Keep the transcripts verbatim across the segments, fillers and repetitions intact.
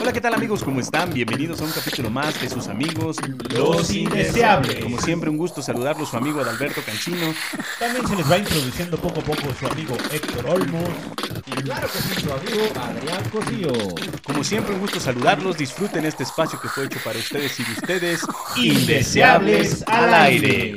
Hola, ¿qué tal amigos? ¿Cómo están? Bienvenidos a un capítulo más de sus amigos Los Indeseables. Como siempre, un gusto saludarlos, su amigo Adalberto Cancino. También se les va introduciendo poco a poco su amigo Héctor Olmos. Y claro que sí, su amigo Adrián Cosío. Como siempre, un gusto saludarlos. Disfruten este espacio que fue hecho para ustedes y de ustedes. Indeseables al aire.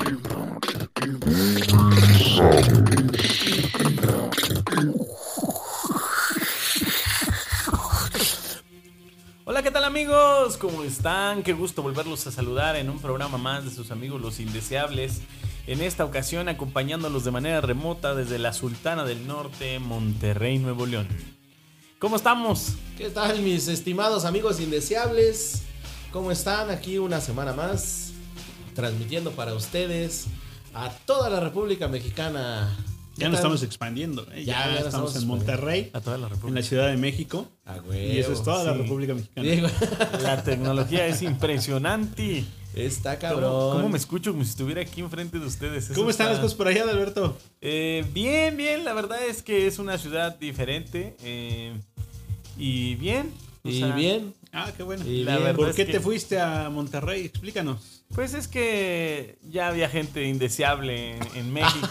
Hola, ¿qué tal amigos? ¿Cómo están? Qué gusto volverlos a saludar en un programa más de sus amigos Los Indeseables. En esta ocasión acompañándolos de manera remota desde la Sultana del Norte, Monterrey, Nuevo León. ¿Cómo estamos? ¿Qué tal, mis estimados amigos indeseables? ¿Cómo están? Aquí una semana más, transmitiendo para ustedes a toda la República Mexicana. Ya nos estamos expandiendo, ¿eh? Ya, ya, ya estamos, estamos en Monterrey, A toda la en República. la Ciudad de México. Ah, huevo. Y eso es toda la sí. República Mexicana. Diego, La tecnología es impresionante. está cabrón. ¿Cómo, cómo me escucho como si estuviera aquí enfrente de ustedes? Eso ¿Cómo están está- las cosas por allá, Alberto? Eh, bien, bien, la verdad es que es una ciudad diferente. eh, y bien. o Y sea, bien. Ah, qué bueno. Y La bien. verdad ¿Por es qué que- te fuiste a Monterrey? Explícanos. Pues es que ya había gente indeseable en, en México,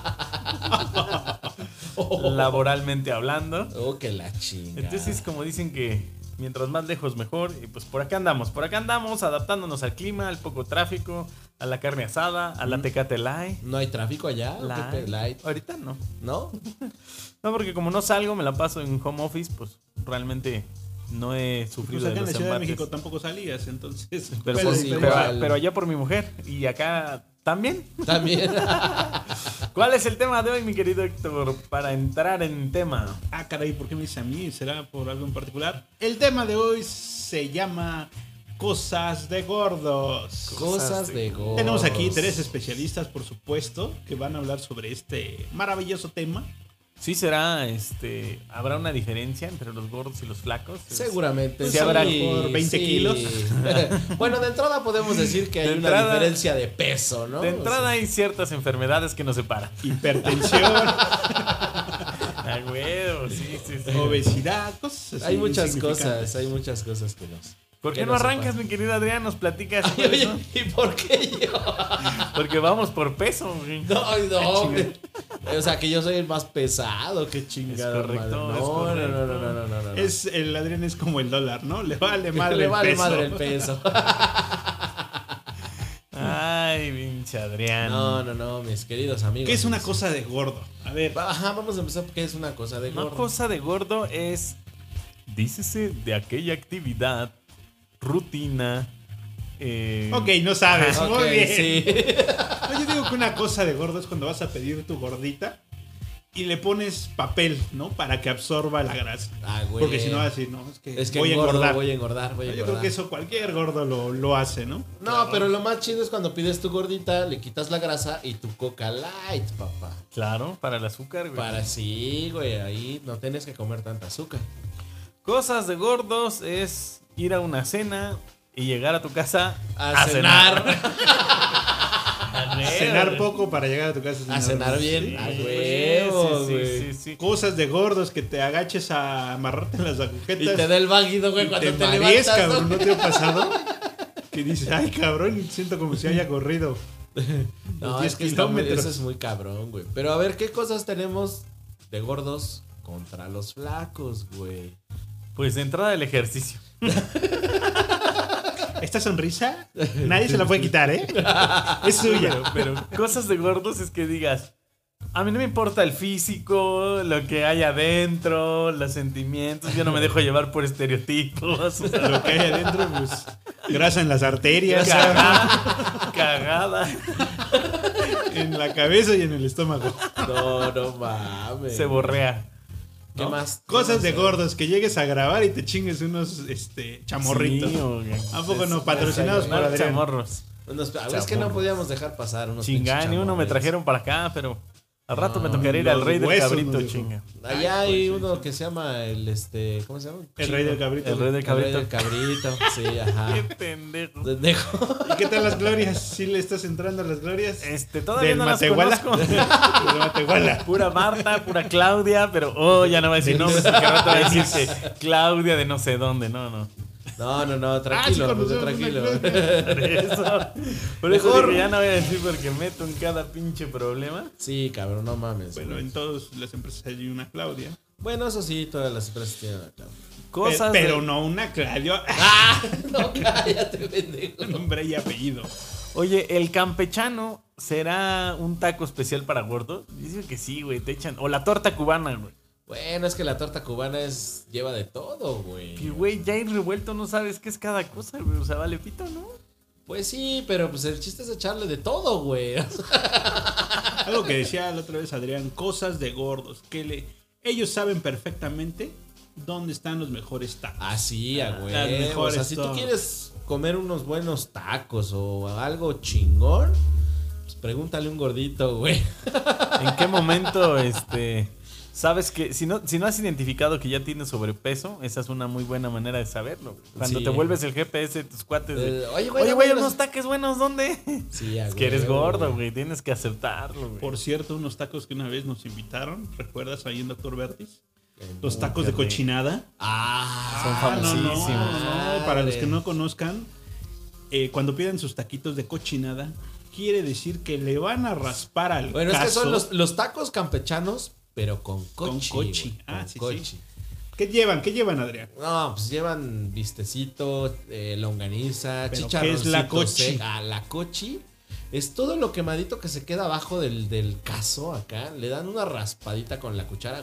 laboralmente hablando. Oh, que la chinga. Entonces, como dicen que mientras más lejos mejor, y pues por acá andamos, por acá andamos adaptándonos al clima, al poco tráfico, a la carne asada, a la Tecate Light. ¿No hay tráfico allá? ¿O qué Light. pe- light? Ahorita no. ¿No? No, porque como no salgo, me la paso en home office, pues realmente no he Pues sufrido acá de en la los Ciudad de embates. México tampoco salías, entonces. Pero, pues, por- sí, pero- igual. pero allá por mi mujer y acá también. También. ¿Cuál es el tema de hoy, mi querido Héctor? Para entrar en tema. Ah, caray, ¿por qué me dice a mí? ¿Será por algo en particular? El tema de hoy se llama Cosas de Gordos. Cosas de gordos. Tenemos aquí tres especialistas, por supuesto, que van a hablar sobre este maravilloso tema. Sí será, este, ¿habrá una diferencia entre los gordos y los flacos? Es- Seguramente. Sí, habrá por veinte kilos. Bueno, de entrada podemos decir que hay De una entrada- diferencia de peso, ¿no? De entrada O sea, hay ciertas enfermedades que nos separan. Hipertensión, Ah, huevo, sí, sí, sí. obesidad, cosas así. hay muchas insignificantes. cosas, hay muchas cosas que nos. ¿Por qué que no nos arrancas, separan. mi querido Adrián? ¿Nos platicas Ay, sobre oye, eso? ¿y por qué yo? Porque vamos por peso, güey. No, no, hombre. O sea, que yo soy el más pesado, qué chingada. Es correcto, madre. es No, correcto. no, no, no, no, no, no, no. Es, el Adrián es como el dólar, ¿no? Le vale madre Le el vale peso. madre el peso. Ay, pinche Adrián. No, no, no, mis queridos amigos. ¿Qué es una cosa de gordo? A ver, Ajá, vamos a empezar. ¿Qué es una cosa de Una gordo? cosa de gordo es, dícese, de aquella actividad, rutina. Eh, ok, no sabes. Ok, Muy bien. sí. No, yo digo que una cosa de gordo es cuando vas a pedir tu gordita y le pones papel, ¿no? Para que absorba la grasa. Ah, güey. Porque si no, así, no, es que, Es que voy a engordo, engordar. voy a engordar, voy a Yo engordar. creo que eso cualquier gordo lo, lo hace, ¿no? No, pero lo más chido es cuando pides tu gordita, le quitas la grasa y tu Coca Light, papá. Claro, para el azúcar, güey. Para sí, güey, ahí no tienes que comer tanta azúcar. Cosas de gordos es ir a una cena y llegar a tu casa A, cenar. A Cenar poco para llegar a tu casa. A cenar bien. Sí. A Sí, huevo, sí, güey. sí, sí. Cosas de gordos que te agaches a amarrarte en las agujetas. Y te da el váguido, güey, y cuando te te, marees, levantas. cabrón, ¿no? ¿no te ha pasado? Que dices, ay, cabrón, siento como si haya corrido. No, diez es que está muy- kilómetros. eso es muy cabrón, güey. Pero a ver, ¿qué cosas tenemos de gordos contra los flacos, güey? Pues de entrada el ejercicio. Esta sonrisa, nadie se la puede quitar, ¿eh? Es suya. Pero, pero cosas de gordos es que digas, a mí no me importa el físico, lo que hay adentro, los sentimientos, yo no me dejo llevar por estereotipos. O sea, Lo que hay adentro, pues, grasa en las arterias, cagada, cagada, en la cabeza y en el estómago. No, no mames. se borrea. ¿Qué ¿no? más? Cosas ¿Qué de más? gordos, que llegues a grabar y te chingues unos este, chamorritos. Sí, oye. ¿A poco no? Es- Patrocinados por Unos Adrián. chamorros. Unos- ah, es que no podíamos dejar pasar unos Chingán, pinches y uno me chamorros. trajeron para acá, pero al rato me No, tocaría ir al los rey del huesos cabrito, nos dijo. chinga. Allá hay uno que se llama el este, ¿cómo se llama? El rey del cabrito. El rey del El rey cabrito. del cabrito. Sí, ajá. Qué pendejo. Pendejo. ¿Y qué tal las glorias? ¿Sí le estás entrando a las glorias? Este, todavía ¿Del no las Matehuala? conozco. Del Matehuala. Pura Marta, pura Claudia, pero oh, ya no va a decir nombres porque ahora te va a decir que Claudia de no sé dónde, no, no. No, no, no, tranquilo, Ah, sí, pues, conocemos tranquilo. una Claudia. Por eso, por eso Mejor- dije, ya no voy a decir porque meto en cada pinche problema. Sí, cabrón, no mames. Bueno, güey. en todas las empresas hay una Claudia. Bueno, eso sí, todas las empresas tienen una Claudia. Cosas Pe- pero de- no una Claudia. ¡Ah! No, cállate, pendejo. Nombre y apellido. Oye, ¿el campechano será un taco especial para gordos? Dicen que sí, güey, te echan. O la torta cubana, güey. Bueno, es que la torta cubana es lleva de todo, güey. Que, güey, ya ir revuelto no sabes qué es cada cosa, güey. O sea, vale pito, ¿no? Pues sí, pero pues el chiste es echarle de todo, güey. Algo que decía la otra vez Adrián, cosas de gordos, que le, ellos saben perfectamente dónde están los mejores tacos. Así, a güey. Las mejores O sea, si tú todo. quieres comer unos buenos tacos o algo chingón, pues pregúntale a un gordito, güey. ¿En qué momento, este... Sabes que si no, si no has identificado que ya tienes sobrepeso, esa es una muy buena manera de saberlo. Cuando Sí. te vuelves el G P S de tus cuates de, Eh, oye, güey, oye, dame güey, unos- unos taques buenos, ¿dónde? Sí, a Es que eres huevo, gordo, güey, tienes que aceptarlo, güey. Por cierto, unos tacos que una vez nos invitaron, ¿recuerdas ahí en Doctor Vertis? Los En tacos de Monterrey. cochinada. Ah, Son Ah, no, no, famosísimos. no, para los que no conozcan, eh, cuando piden sus taquitos de cochinada, quiere decir que le van a raspar al Bueno, es que caso son los, los tacos campechanos, pero con con cochi. cochi. güey, Ah, con sí, cochi. sí. ¿Qué llevan? ¿Qué llevan, Adrián? No, pues llevan vistecito, eh, longaniza, ¿Pero chicharroncito. qué es la cochi? sec- Ah, la cochi es todo lo quemadito que se queda abajo del, del caso acá. Le dan una raspadita con la cuchara.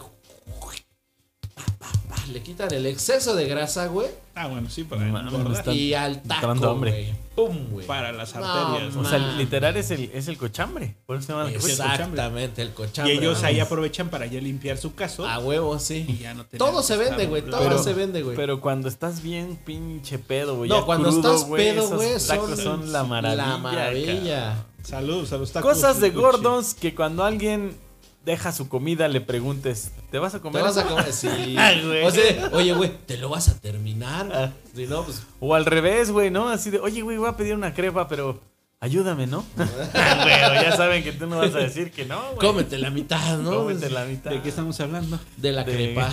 Pa, pa, pa, le quitan el exceso de grasa, güey. Ah, bueno, sí, para Mames, engordar. está- Y al taco, dando hambre. güey. Pum, güey. Para las No, arterias. O sea, man. literal es el, es el cochambre. Por eso se llama la cocha. Exactamente, el cochambre. Y ellos ¿no? ahí aprovechan para ya limpiar su caso. A huevo, sí. Y ya no tener Todo que se estar vende, güey. Todo doblando. se vende, güey. Pero cuando estás bien pinche pedo, güey. No, ya cuando crudo, estás pedo, esos güey, tacos son, son la maravilla. La maravilla. Saludos a los tacos. Cosas de cochi. gordos que cuando alguien deja su comida le preguntes, ¿te vas a ¿Te comer? vas a eso?" comer? Sí. Ay, güey. O sea, oye, güey, ¿te lo vas a terminar? Ah. Si no, pues. O al revés, güey, ¿no? Así de, oye, güey, voy a pedir una crepa, pero ayúdame, ¿no? Ah, güey, ya saben que tú no vas a decir que no, güey. Cómete la mitad, ¿no? Cómete la mitad. ¿De qué estamos hablando? De la De- crepa.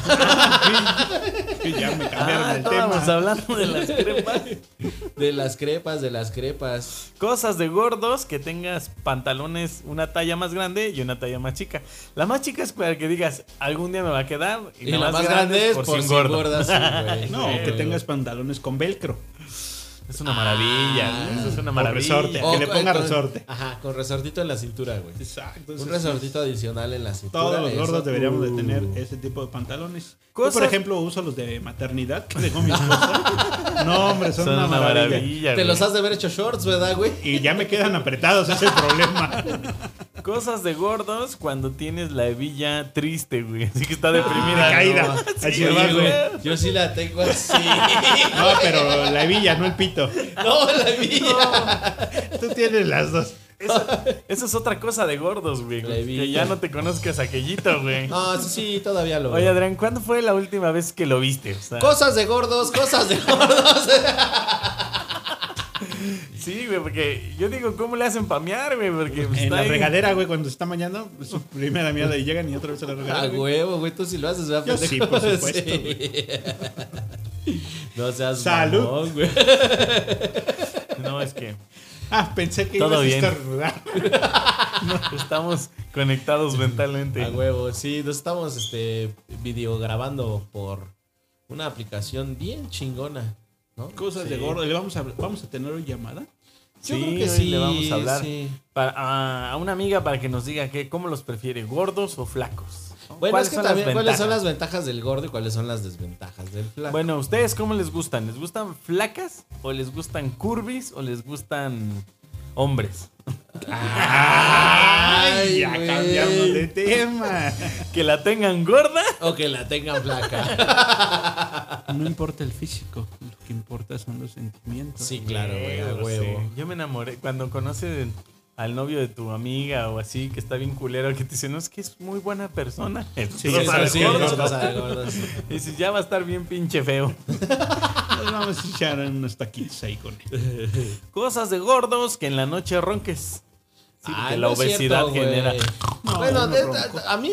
Que ya me cambiaron Ah, el estábamos tema. hablando de las crepas. De las crepas, de las crepas. Cosas de gordos, que tengas pantalones una talla más grande y una talla más chica. La más chica es para que digas, algún día me va a quedar. Y, Y la más grande es por si engordo. engordas, sí, güey. No, Sí, que güey. tengas pantalones con velcro. Es una maravilla, Ah. güey, eso es una O maravilla. resorte. Que le con- ponga con- resorte. Ajá, con resortito en la cintura, güey. Exacto. Un eso sí. resortito adicional en la cintura. Todos los eso, gordos deberíamos de uh. tener ese tipo de pantalones. Yo, Cosas- por ejemplo, uso los de maternidad que dejó mi esposa. No, hombre, son, Son una, maravilla. Te güey. los has de haber hecho shorts, ¿verdad, güey? Y ya me quedan apretados, ese es el problema. Cosas de gordos cuando tienes la hebilla triste, güey. Así que está deprimida. caída. ¿no? Así Sí, va, Oye, güey. güey, yo sí la tengo así. No, pero la hebilla, no el pito. No, la mía. Tú tienes las dos. Eso, eso es otra cosa de gordos, güey. La hebilla. Que ya no te conozcas aquellito, güey. No, sí, sí, todavía lo Oye, veo. Adrián, ¿cuándo fue la última vez que lo viste? O sea, Cosas de gordos, cosas de gordos. sí, güey, porque yo digo, ¿cómo le hacen pamear, güey? Porque pues, En está la ahí. regadera, güey, cuando se está bañando, pues, su primera mierda y llegan y otra vez a la A regadera. güey. huevo, güey, tú sí lo haces, ¿verdad? Yo sí, pendejo? por supuesto, Sí. No seas Salud. mamón, güey. No, es que Ah, pensé que Todo ibas bien. a estornudar. estamos conectados mentalmente. A huevo, sí, nos estamos este videograbando por una aplicación bien chingona, ¿no? Cosas Sí. de gordo. ¿Le vamos a, vamos a tener hoy llamada? Yo Sí, creo que hoy sí. le vamos a hablar. sí. Para- a, a una amiga para que nos diga que, cómo los prefiere, gordos o flacos. ¿no? Bueno, ¿Cuáles es que son las también, ¿cuáles son ventajas? las ventajas del gordo y cuáles son las desventajas del flaco? Bueno, ¿ustedes cómo les gustan? ¿Les gustan flacas? ¿O les gustan curvis? ¿O les gustan hombres? ¡Ay! Ya güey. cambiamos de tema. ¿Que la tengan gorda? O que la tengan flaca. No importa el físico, lo que importa son los sentimientos. Sí, claro, güey, a Huevo, huevo. sí. Yo me enamoré cuando conoces al novio de tu amiga o así, que está bien culero, que te dice, no, es que es muy buena persona. Sí, Sí, eso eso es sí, gordo. eso pasa de gordos. Y dices, ya va a estar bien pinche feo. Nos vamos a echar unos taquitos ahí con él. Cosas de gordos que en la noche ronques. Sí, Ay, porque no la es obesidad cierto, güey. genera. No, bueno, no de- ronco. a, a mí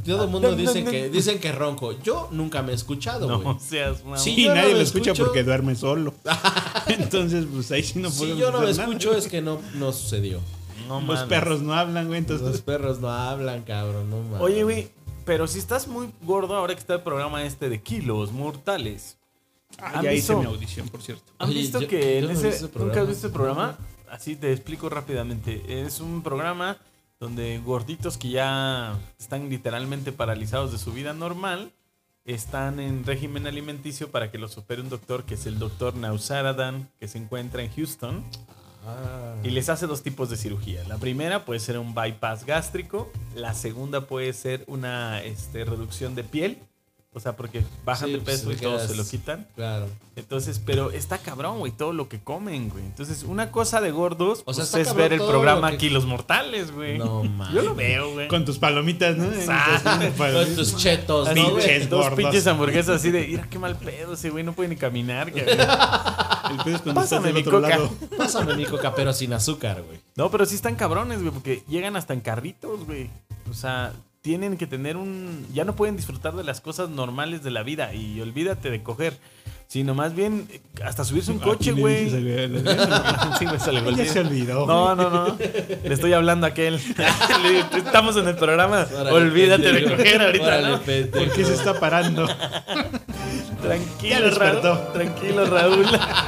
todo el mundo dice que, dicen que ronco. Yo nunca me he escuchado, güey. No seas mamón. Sí, Y yo no nadie me lo escucha escucho. porque duerme solo. Entonces, pues ahí sí no Si podemos yo no me hacer nada. escucho es que no, no sucedió. No Los mames. perros no hablan, güey, Los entonces... perros no hablan, cabrón, no mames. Oye, güey, pero si estás muy gordo, ahora que está el programa este de kilos mortales. Ah, ¿Han ya hice visto? mi audición, por cierto. ¿Han Oye, visto yo- que yo en no ese, vi ese ¿Nunca programa. has visto el programa? Así te explico rápidamente. Es un programa donde gorditos que ya están literalmente paralizados de su vida normal están en régimen alimenticio para que los opere un doctor que es el doctor Nausaradan, que se encuentra en Houston. Ah. Y les hace dos tipos de cirugía. La primera puede ser un bypass gástrico. La segunda puede ser una este, reducción de piel. O sea, porque bajan Sí, de pues, peso y te todo quedas- se lo quitan. Claro. Entonces, pero está cabrón, güey, todo lo que comen, güey. Entonces, una cosa de gordos O sea, pues, está es cabrón ver el todo programa lo que- Kilos Mortales, güey. No mames. Yo lo veo, güey. Con tus palomitas, ¿no? Exacto. Con tus chetos, Así, ¿no, güey, güey? pinches dos gordos. pinches hamburguesas así de, mira qué mal pedo ese güey, no puede ni caminar, cabrón. El pedo es cuando Pásame estás mi del otro coca. lado. Pásame mi coca, pero sin azúcar, güey. No, pero sí están cabrones, güey, porque llegan hasta en carritos, güey. O sea, tienen que tener un... Ya no pueden disfrutar de las cosas normales de la vida y olvídate de coger, sino más bien eh, hasta subirse a un coche, Aquí le güey. dices, güey, Sí, güey, se le Ya voltea. se olvidó. No, no, no. Le estoy hablando a aquel. Le digo, estamos en el programa. Órale, Olvídate de pendejo. coger ahorita, Órale, ¿no? pendejo. ¿Por qué se está parando? Tranquilo, Ya despertó. Raúl. Tranquilo, Raúl.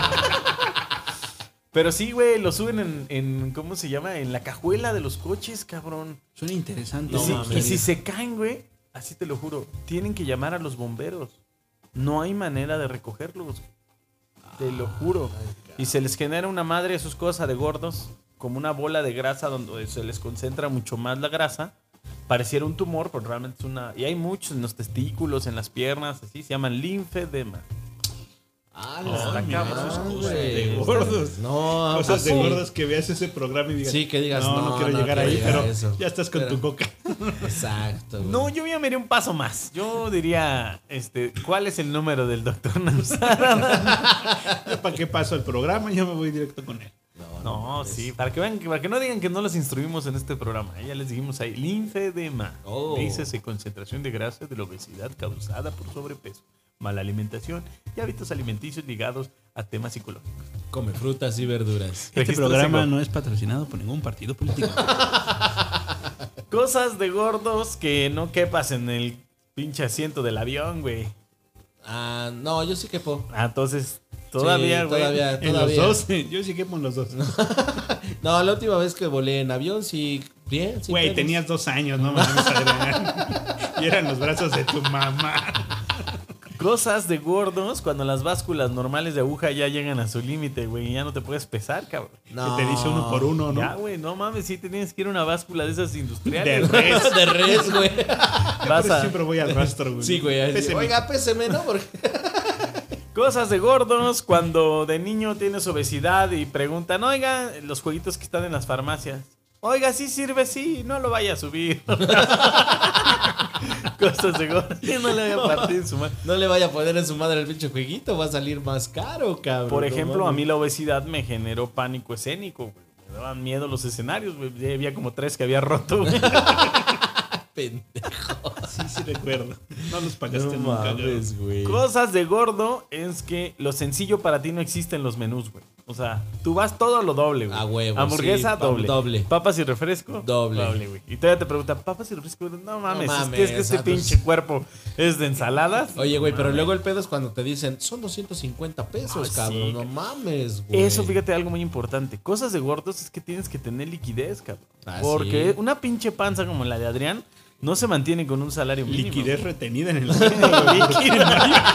Pero sí, güey, lo suben en, en, ¿cómo se llama? En la cajuela de los coches, cabrón. Suena interesante. Y, si, mames. y si se caen, güey, así te lo juro, tienen que llamar a los bomberos. No hay manera de recogerlos. Te lo juro. Y se les genera una madre, eso es cosa de gordos, como una bola de grasa donde se les concentra mucho más la grasa. Pareciera un tumor, pero realmente es una... Y hay muchos en los testículos, en las piernas, así, se llaman linfedema. Ah, Está no, cabrón, no, cosas güey. de gordos. No, Cosas de sí. gordos que veas ese programa y digas, Sí, que digas, no, no, no, quiero no llegar quiero ahí, llegar a pero eso. ya estás con Pero- tu coca. Exacto, güey. No, yo me iría un paso más. Yo diría, este, ¿cuál es el número del doctor Nausara? Yo para qué paso el programa, yo me voy directo con él. No, sí, para que vean, para que no digan que no los instruimos en este programa. ¿eh? Ya les dijimos ahí, linfedema. Oh. Dícese concentración de grasa de la obesidad causada por sobrepeso, mala alimentación y hábitos alimenticios ligados a temas psicológicos. Come frutas y verduras. Este Regístrese programa con- no es patrocinado por ningún partido político. Cosas de gordos que no quepas en el pinche asiento del avión, güey. Ah, no, yo sí que puedo. Ah, entonces, todavía, Sí, güey. todavía, En los todavía. dos, yo sí que en los dos. No, la última vez que volé en avión, sí, bien, sí. Güey, pedos. tenías dos años, no mames, Adrián. Y eran los brazos de tu mamá. Cosas de gordos cuando las básculas normales de aguja ya llegan a su límite, güey. Y ya no te puedes pesar, cabrón. No. Que te dice uno por uno, ¿no? Ya, güey, no mames, sí te tienes que ir a una báscula de esas De industriales. res. De res, güey. Vas Pero a- siempre voy al rastro, güey. Sí, güey. así, Péseme. Oiga, péseme, ¿no? Porque... Cosas de gordos cuando de niño tienes obesidad y preguntan, oiga, los jueguitos que están en las farmacias. Oiga, sí sirve, sí, no lo vaya a subir. Cosas de gordos. Yo no le voy a partir en su madre. No le vaya a poner en su madre el pinche jueguito, va a salir más caro, cabrón. Por no ejemplo, a mames. mí la obesidad me generó pánico escénico, güey. Me daban miedo los escenarios, güey. Ya había como tres que había roto, güey. Pendejo. Sí, sí recuerdo. No los pagaste No nunca, güey. mames, güey. Cosas de gordo es que lo sencillo para ti no existe en los menús, güey. O sea, tú vas todo a lo doble, güey. A huevo, Hamburguesa, sí, pa- doble. doble. Papas y refresco, Doble. güey. Y todavía te preguntan, papas y refresco, no mames, es mames, que, es que este exacto. pinche cuerpo es de ensaladas. Oye, güey, No pero mames. luego el pedo es cuando te dicen, son doscientos cincuenta pesos, Ay, cabrón. sí, no cabrón. mames, güey. Eso, fíjate, algo muy importante. Cosas de gordos es que tienes que tener liquidez, cabrón. Ah, Porque sí. una pinche panza como la de Adrián no se mantiene con un salario mínimo. Liquidez retenida en el Líquido.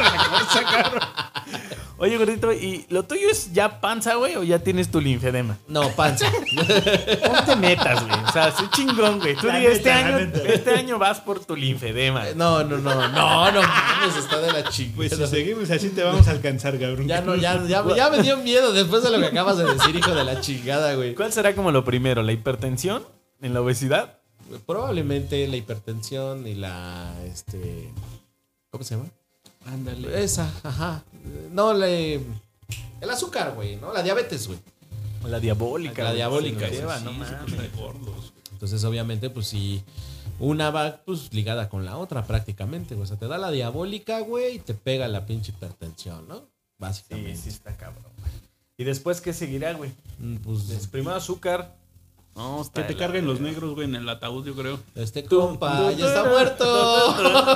Oye, gordito, ¿y lo tuyo es ya panza, güey, o ya tienes tu linfedema? No, panza. No te metas, güey. O sea, soy chingón, güey. Tú La di, este, neta, la año, neta. este año vas por tu linfedema. No, no, no, no, no mames, está de la chingada. Pues si seguimos así te vamos a alcanzar, cabrón. Ya no, ya, ya, ya me dio miedo después de lo que acabas de decir, hijo de la chingada, güey. ¿Cuál será como lo primero? ¿La hipertensión? ¿En la obesidad? Probablemente la hipertensión y la, este, ¿cómo se llama? Ándale. Esa, ajá. No, le, el azúcar, güey, ¿no? La diabetes, güey. La diabólica. La güey, diabólica, se nos sí, lleva, Sí, no sí, mames. cosa de gordos. Entonces, obviamente, pues sí, una va pues ligada con la otra prácticamente, güey. O sea, te da la diabólica, güey, y te pega la pinche hipertensión, ¿no? Básicamente. Sí, sí está cabrón, güey. ¿Y después qué seguirá, güey? Mm, Pues, Des- Primero azúcar. No, está Que te de la carguen los verga. negros, güey, en el ataúd, yo creo. este compa ya está muerto.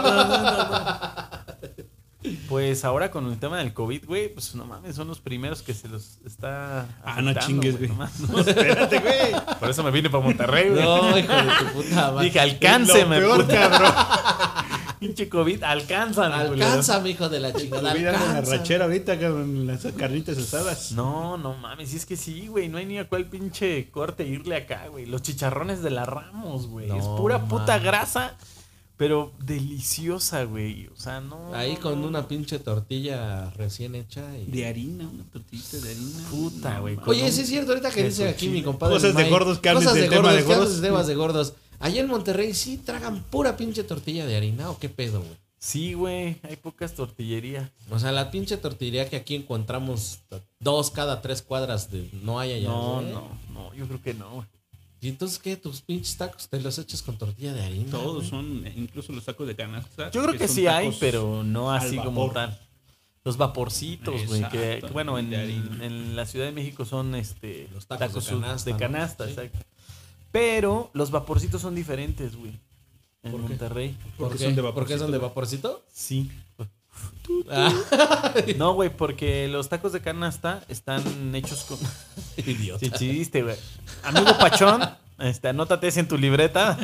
Pues ahora con el tema del COVID, güey, pues no mames, son los primeros que se los está. Ah, no afectando, chingues, güey. no mames. No, espérate, güey. Por eso me vine para Monterrey, güey. No, hijo de tu puta madre. Dije, alcánceme, Lo peor, puta. cabrón. Pinche COVID, alcánzame, Alcanza, mi hijo de la chingada. Tu vida en la Alcanza. rachera ahorita, con las carnitas asadas. No, no mames, si es que sí, güey, no hay ni a cuál pinche corte irle acá, güey. Los chicharrones de la Ramos, güey. No, es pura puta mames. grasa, pero deliciosa, güey. O sea, no. Ahí no, con no. una pinche tortilla recién hecha. Y... De harina, una tortillita de harina. Puta, güey. mames. Oye, sí es cierto, ahorita que dice aquí mi compadre. Cosas de Mike, gordos que hables cosas del de tema gordos, de que hables gordos. de temas de gordos. Allá en Monterrey sí tragan pura pinche tortilla de harina o qué pedo, güey. Sí, güey, hay pocas tortillerías. O sea, la pinche tortillería que aquí encontramos dos cada tres cuadras de no hay allá. No, güey. no, no, yo creo que no, güey. ¿Y entonces qué? ¿Tus pinches tacos te los echas con tortilla de harina? Todos güey? son, incluso los tacos de canasta. Yo creo que son sí hay, tacos pero no al así como vapor. tal. Los vaporcitos, güey, que, Exacto, que, bueno, en, de harina. en la Ciudad de México son este Los tacos de su- canasta, de ¿no? canasta, Sí. exacto. Pero los vaporcitos son diferentes, güey. En ¿Por qué? Monterrey. ¿Por Porque qué? son de ¿Por qué son de vaporcito, vaporcito? Sí. Ah, No, güey, porque los tacos de canasta están hechos con. idiota. Sí, chiste, güey. Amigo Pachón, este, anótate ese en tu libreta.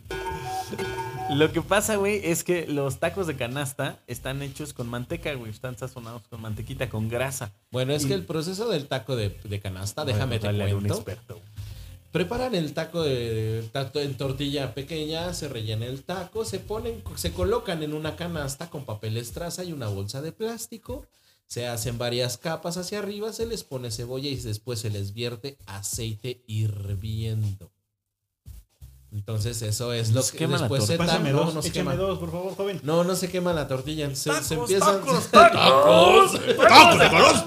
Lo que pasa, güey, es que los tacos de canasta están hechos con manteca, güey. Están sazonados con mantequita, con grasa. Bueno, es Y- que el proceso del taco de, de canasta, déjame te Dale a un cuento. experto. Preparan el taco de taco en tortilla pequeña, se rellena el taco, se ponen, se colocan en una canasta con papel estraza y una bolsa de plástico. Se hacen varias capas hacia arriba, se les pone cebolla y después se les vierte aceite hirviendo. Entonces eso es No lo se que quema la después se Pásame tapa- no, dos, no se échame quema. dos, por favor, joven. No, no se quema la tortilla. Se, se Tacos, empiezan. tacos, tacos. ¡Tacos de gordos!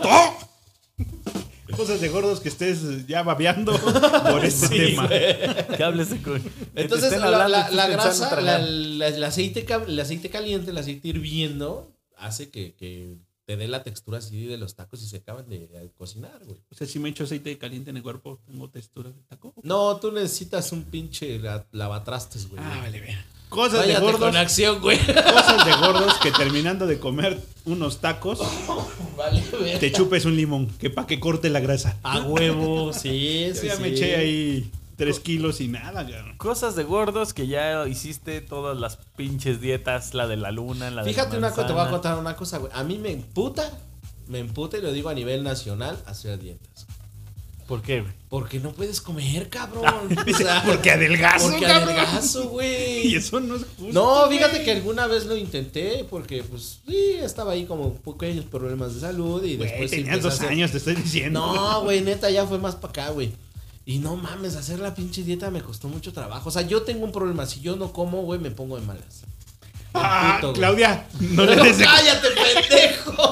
Cosas de gordos que estés ya babeando por este Sí, tema. Que hables de co- que te Entonces estén la, hablando, la- estés la pensando en grasa, tragar. la- la- el, aceite, ca- el aceite caliente, el aceite hirviendo, hace que, que te dé la textura así de los tacos y se acaban de, de cocinar, güey. O sea, si me echo aceite caliente en el cuerpo, ¿tengo textura de taco? No, tú necesitas un pinche la- lavatrastes, güey. Ah, vale, vea. Cosas Váyate de gordos. con acción, güey. Cosas de gordos que terminando de comer unos tacos, Vale, güey. te chupes un limón, que para que corte la grasa. A huevo, sí, Yo sí, ya sí. me eché ahí tres kilos y nada, cabrón. Cosas de gordos que ya hiciste todas las pinches dietas, la de la luna, la de Fíjate la una cosa, te voy a manzana. contar una cosa, güey. A mí me emputa, me emputa y lo digo a nivel nacional, hacer dietas. ¿Por qué, güey? Porque no puedes comer, cabrón. O sea, Porque adelgazo, Porque cabrón. adelgazo, güey. Y eso no es justo. No, güey. fíjate que alguna vez lo intenté porque, pues, sí, estaba ahí como pequeños problemas de salud y Güey, después... sí tenías empecé a dos hacer- años, te estoy diciendo. No, güey, neta, ya fue más para acá, güey. Y no mames, hacer la pinche dieta me costó mucho trabajo. O sea, yo tengo un problema. Si yo no como, güey, me pongo de malas. Ah, Puto, güey. Claudia, no le Pero des de... cállate, pendejo.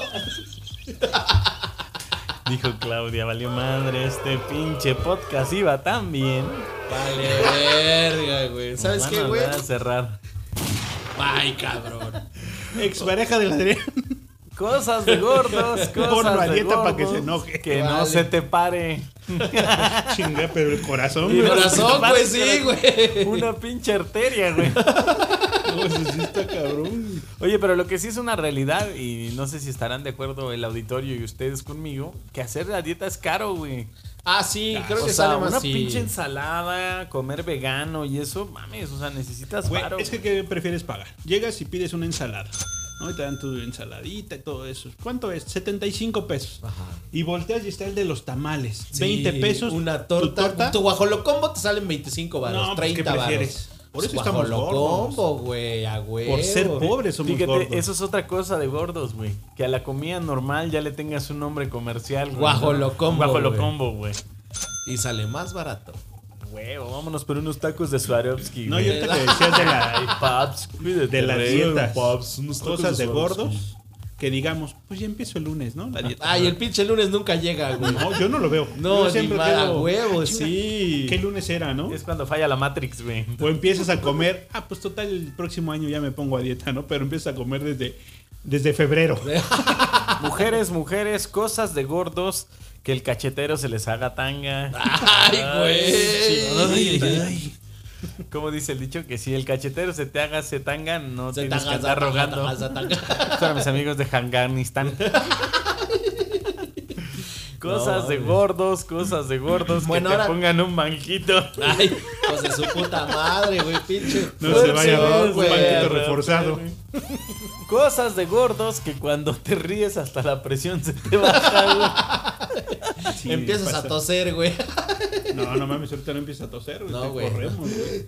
Dijo Claudia, valió madre, este pinche podcast iba tan bien. Vale, verga, güey. ¿Sabes Nos qué, van a güey? mandar a cerrar. Ay, cabrón. Expareja del Adrián. Cosas de gordos, cosas Ponlo a de dieta gordos. pa' que se enoje. Que no Vale. se te pare. Chinga, pero el corazón, Y güey. no Corazón, se te pues sí, pare, güey. Una pinche arteria, güey. No, eso sí está cabrón. Oye, pero lo que sí es una realidad, y no sé si estarán de acuerdo el auditorio y ustedes conmigo, que hacer la dieta es caro, güey. Ah, sí, creo O que sea, sale más una sí. pinche ensalada, comer vegano y eso, mames, o sea, necesitas Güey, paro. es que ¿qué prefieres pagar? Llegas y pides una ensalada, ¿no? Y te dan tu ensaladita y todo eso. ¿Cuánto es? setenta y cinco pesos. Ajá. Y volteas y está el de los tamales. Sí, veinte pesos. Una tu torta. Tu guajolocombo te salen veinticinco varos, No, pues, ¿qué treinta prefieres? varos. Por eso estamos Guajolocombo, güey, a huevo. Por ser pobres somos Fíjate, gordos. eso es otra cosa de gordos, güey. Que a la comida normal ya le tengas un nombre comercial, güey. Guajolocombo, Guajolocombo, güey. Y sale más barato. Huevo, vámonos por unos tacos de Swarovski, No, güey. yo ahorita que decías de, la, Ay, paps, cuídate, de las güey. dietas, Paps, unos tacos cosas de Swarovski. gordos. que digamos, pues ya empiezo el lunes, ¿no? La dieta. Ay, el pinche lunes nunca llega, güey. No, yo no lo veo. No, yo siempre ni mal, a quedo, huevo, "Chinga, sí. ¿Qué lunes era, no? Es cuando falla la Matrix, güey. O empiezas a comer, ah, pues total, el próximo año ya me pongo a dieta, ¿no? Pero empiezas a comer desde, desde febrero. Mujeres, mujeres, cosas de gordos, que el cachetero se les haga tanga. Ay, güey. Ay, ay, ay. Como dice el dicho, que si el cachetero se te haga se tanga, no Se tienes tanga, que andar tanga, rogando. tanga, tanga. Para mis amigos de Afganistán. Cosas No, de güey. gordos, cosas de gordos, Bueno, que te ahora- pongan un manquito. Ay, pues de su puta madre, güey, pinche. No Fuerte, se vaya a un güey. banquito reforzado. Cosas de gordos que cuando te ríes hasta la presión se te baja, Sí, Empiezas pasa. a toser, güey. No, no mames, ahorita no empieza a toser, güey. No, te güey. corremos, güey.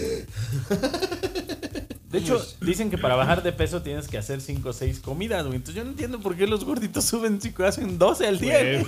De hecho, dicen que para bajar de peso tienes que hacer cinco o seis comidas, güey. Entonces yo no entiendo por qué los gorditos suben cinco, hacen doce al día. Güey,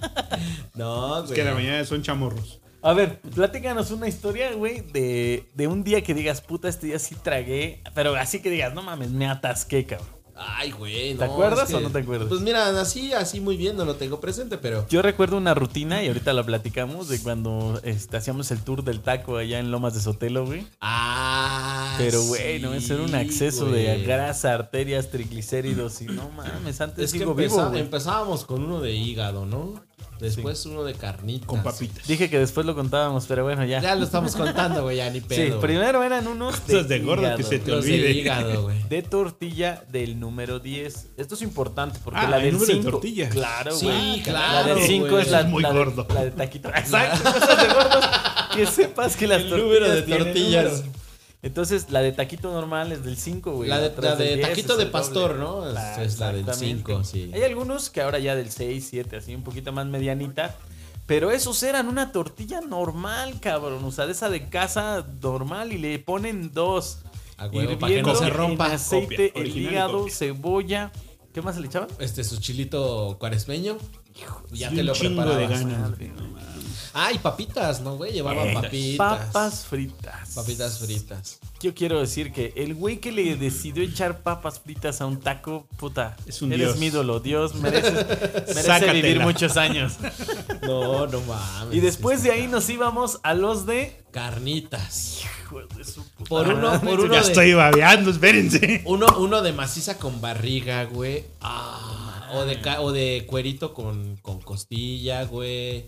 No, es güey. que a la mañana son chamorros. A ver, platícanos una historia, güey, de, de un día que digas, puta, este día sí tragué. Pero así que digas, no mames, me atasqué, cabrón. Ay, güey, no. ¿Te acuerdas es que- o no te acuerdas? Pues mira, así, así muy bien, no lo tengo presente, pero. Yo recuerdo una rutina, y ahorita la platicamos, de cuando este, hacíamos el tour del taco allá en Lomas de Sotelo, güey. Ah. Pero, güey, sí, no es ser un acceso güey. de grasa, arterias, triglicéridos y no mames, antes Es que sigo empeza- vivo, güey. empezábamos con uno de hígado, ¿no? Después uno de carnitas. Con papitas. Dije que después lo contábamos, pero bueno, ya. Ya lo estamos contando, güey, ya ni Sí, pedo. güey. primero eran unos Cosas de gordo hígado, que se te Los de olvide. hígado, güey. de tortilla del número diez. Esto es importante porque Ah, la el del número de cinco. tortilla. Claro, Sí, güey. claro, La del cinco güey. es la, Es muy la de- gordo. la de taquito. Exacto, cosas de gordos. Que sepas que las El tortillas número de tienen tortillas. números. Entonces, la de taquito normal es del cinco, güey. La de, otra la es del de diez, taquito es de el pastor, doble. ¿no? Es, La- es la del exactamente. cinco, sí. Hay algunos que ahora ya del seis, siete, así un poquito más medianita. Pero esos eran una tortilla normal, cabrón. O sea, de esa de casa normal y le ponen dos. A huevo, para que no se rompa. En aceite, Copia, el original hígado, copia. cebolla. ¿Qué más se le echaban? Este, su chilito cuaresmeño. Ya Sí, te un lo chingo de preparabas. ganas. Madre, no. Ah, y papitas, ¿no, güey? Llevaba Eh, papitas. Papas fritas. Papitas fritas. Yo quiero decir que el güey que le decidió echar papas fritas a un taco, puta, Es un eres dios. mi ídolo. Dios, mereces, mereces Sácatela. vivir muchos años. No, no mames. Y después de ahí nos íbamos a los de... Carnitas. Hijo de su puta Por uno, madre. por uno Ya de. estoy babeando, espérense. Uno, uno de maciza con barriga, güey. Ah, o, de ca- o de cuerito con, con costilla, güey.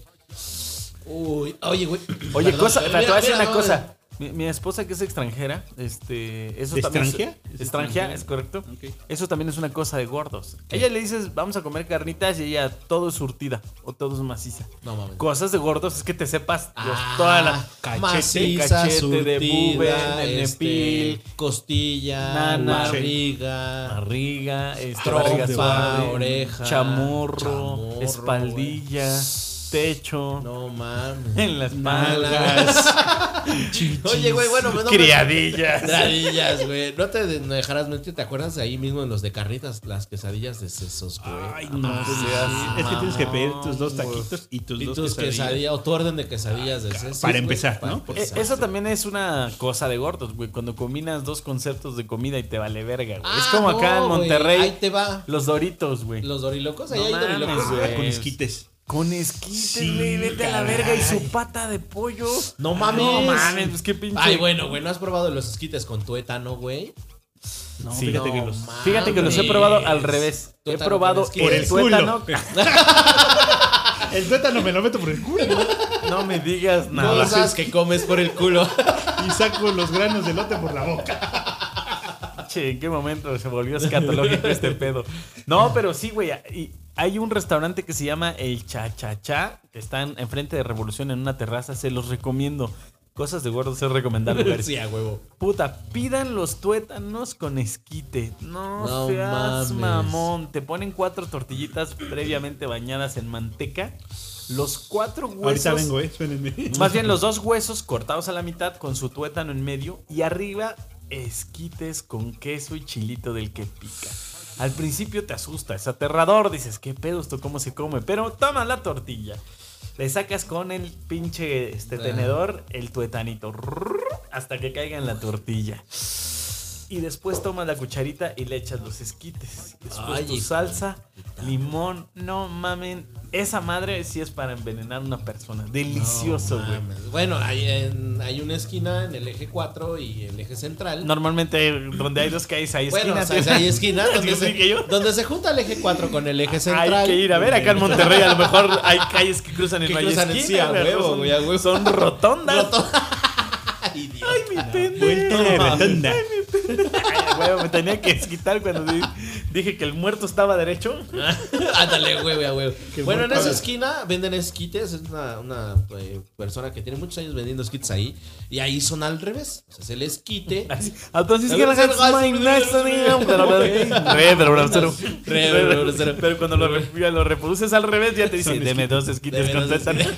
Uy, oye, güey. Oye, Perdón, cosa, pero te voy mira, a decir mira, una no, cosa. Mi, mi esposa que es extranjera, este, eso ¿De también extranjera? es, ¿Es extranjera, extranjera? es correcto. Ok. Eso también es una cosa de gordos. Ella le dices, vamos a comer carnitas y ella todo es surtida o todo es maciza. No mames. Cosas de gordos es que te sepas los- Ah, toda la cachete, maciza, cachete de surtida, buben, el este, nepil, costilla, nana, barriga, barriga, este, trompa, barriga suave, oreja, chamorro, chamorro, espaldilla, techo, no mames. en la espalda, Nalgas. Oye, güey, bueno, no me- criadillas. Quesadillas, güey. No te de- no dejarás mentir, ¿te acuerdas de ahí mismo en los de carnitas, las quesadillas de sesos, güey? Ay, no. Ah, es que tienes que pedir tus dos mamón. taquitos y tus Y dos tus quesadillas. quesadillas, o tu orden de quesadillas de sesos. Para güey, empezar, para ¿no? Eh, empezar. Eso también es una cosa de gordos, güey. Cuando combinas dos conceptos de comida y te vale verga, güey. es Ah, como no, acá en güey, Monterrey. Ahí te va. Los Doritos, güey. Los dorilocos, ahí No hay mames, dorilocos, güey. güey. Con esquites. Con esquites, Sí, güey. Vete a la caray. verga y su pata de pollo. No mames. No mames, pues qué pinche. Ay, bueno, güey, ¿no has probado los esquites con tuétano, güey? No, Sí, fíjate no que los. mames. Fíjate que los he probado al revés. He Tuétano probado con esquites. Por el el culo. tuétano. El tuétano me lo meto por el culo No me digas No nada. sabes que comes por el culo. y saco los granos de elote por la boca. Che, ¿en qué momento se volvió escatológico este pedo? No, pero sí, güey. y Hay un restaurante que se llama El Cha Cha Cha, que están enfrente de Revolución en una terraza. Se los recomiendo. Cosas de gordos es recomendable. lugares. Sí, a huevo. Puta, pidan los tuétanos con esquite. No, No seas mames. mamón. Te ponen cuatro tortillitas previamente bañadas en manteca. Los cuatro huesos. Ahorita vengo, eh. Espérenme. Más bien los dos huesos cortados a la mitad con su tuétano en medio. Y arriba esquites con queso y chilito del que pica. Al principio te asusta, es aterrador. Dices, ¿qué pedo esto? ¿Cómo se come? Pero toma la tortilla. Le sacas con el pinche este, Ah. tenedor el tuetanito rrr, hasta que caiga en la tortilla. Y después tomas la cucharita y le echas los esquites. Después Ay, tu hijo salsa, de puta. limón. No mamen. Esa madre sí es para envenenar a una persona. Delicioso, No güey. mames. Bueno, hay, en- hay una esquina en el eje cuatro y el eje central. Normalmente donde hay dos calles hay Bueno, esquinas. o sea, hay esquina donde Así se, que yo- donde se junta el eje cuatro con el eje central. Hay que ir a ver, acá en Monterrey a lo mejor hay calles que cruzan y Que no hay cruzan, esquinas, sí, a güey, huevo, son, güey, a huevo. son rotondas. Roto- Idiota. Ay, mi pendejo. Vuelta de redonda. Ay, güey, me tenía que desquitar cuando di- dije que el muerto estaba derecho. Ándale, güey, a huevo. Qué Bueno, en buen esa padre. esquina venden esquites. Es una, una eh, persona que tiene muchos años vendiendo esquites ahí. Y ahí son al revés. O sea, es el esquite. Así. Entonces, Re, ¿qué pero- pero, pero, pero cuando lo, re- lo reproduces al revés, ya te dice: Son deme dos esquites Deme dos completamente.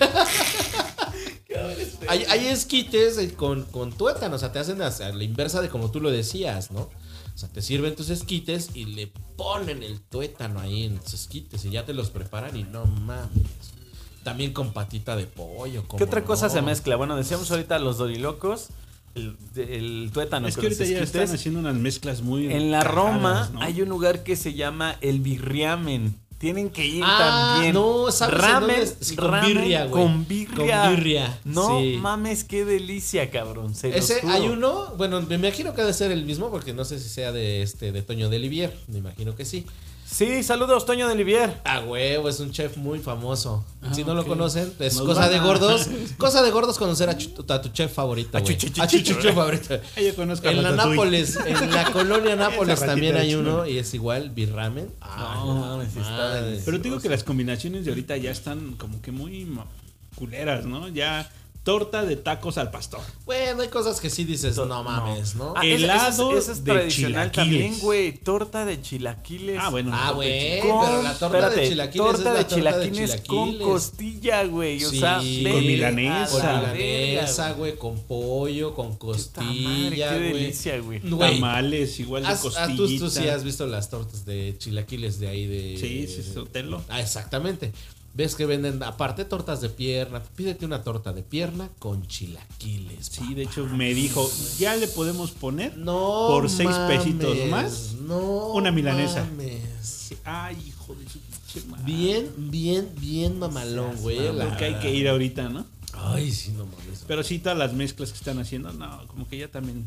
Hay, hay esquites eh, con, con tuétano. O sea, te hacen a la inversa de como tú lo decías, ¿no? O sea, te sirven tus esquites y le ponen el tuétano ahí en tus esquites. Y ya te los preparan y no mames. También con patita de pollo. ¿Qué ¿cómo otra cosa no? se mezcla? Bueno, decíamos ahorita los dorilocos, el, el tuétano Es que con los ahorita ya esquites. están haciendo unas mezclas muy. En la cagadas, Roma ¿no? hay un lugar que se llama el birriamen. Tienen que ir Ah, también. no, ¿sabes en ramen, dónde es? Sí, con ramen birria, güey. Con birria. Con birria, No sí. mames, qué delicia, cabrón. Se los Ese juro. hay uno, bueno, me imagino que ha de ser el mismo porque no sé si sea de este de Toño de Livier, me imagino que sí. Sí, saludos, Toño de Livier. Ah, huevo, es un chef muy famoso. Ah, si no ok. lo conocen, es Nos cosa van de a- gordos. Cosa de gordos conocer a, chu- a tu chef favorito, A güey. chu- chu- A chu- tu chu- chef favorito. Ah, yo conozco a En la Ratatouille. Nápoles, en la colonia Nápoles Esa también ratita hay de uno chingón. y es igual, birramen. Ah, No, mames, está madre. delicioso. Pero te digo que las combinaciones de ahorita ya están como que muy ma- culeras, ¿no? Ya torta de tacos al pastor. Bueno, hay cosas que sí dices, no mames, ¿no? Ah, Helado esa, esa es de tradicional chilaquiles. también, güey. Torta de chilaquiles. Ah, bueno. Ah, no, güey, Con- pero la torta espérate, de chilaquiles torta es la de torta chilaquiles de con chilaquiles. costilla, güey. O Sí, sea, con vete milanesa. a Con la milanesa, verga, güey, con pollo, con Puta madre, costilla, qué güey. delicia, güey. Güey, Tamales, igual de has- costillita. ah, tú, tú sí has visto las tortas de chilaquiles de ahí de... Sí, sí, Sotelo. Ah, exactamente. Ves que venden, aparte, tortas de pierna. Pídete una torta de pierna con chilaquiles. Sí, de hecho me dijo, ya le podemos poner No por seis mames, pesitos más no una milanesa. mames. Ay, hijo de su pinche madre. Bien, bien, bien mamalón, güey. la- Porque hay que ir ahorita, ¿no? Ay, sí, no mames. Pero sí, todas las mezclas que están haciendo, no, como que ya también.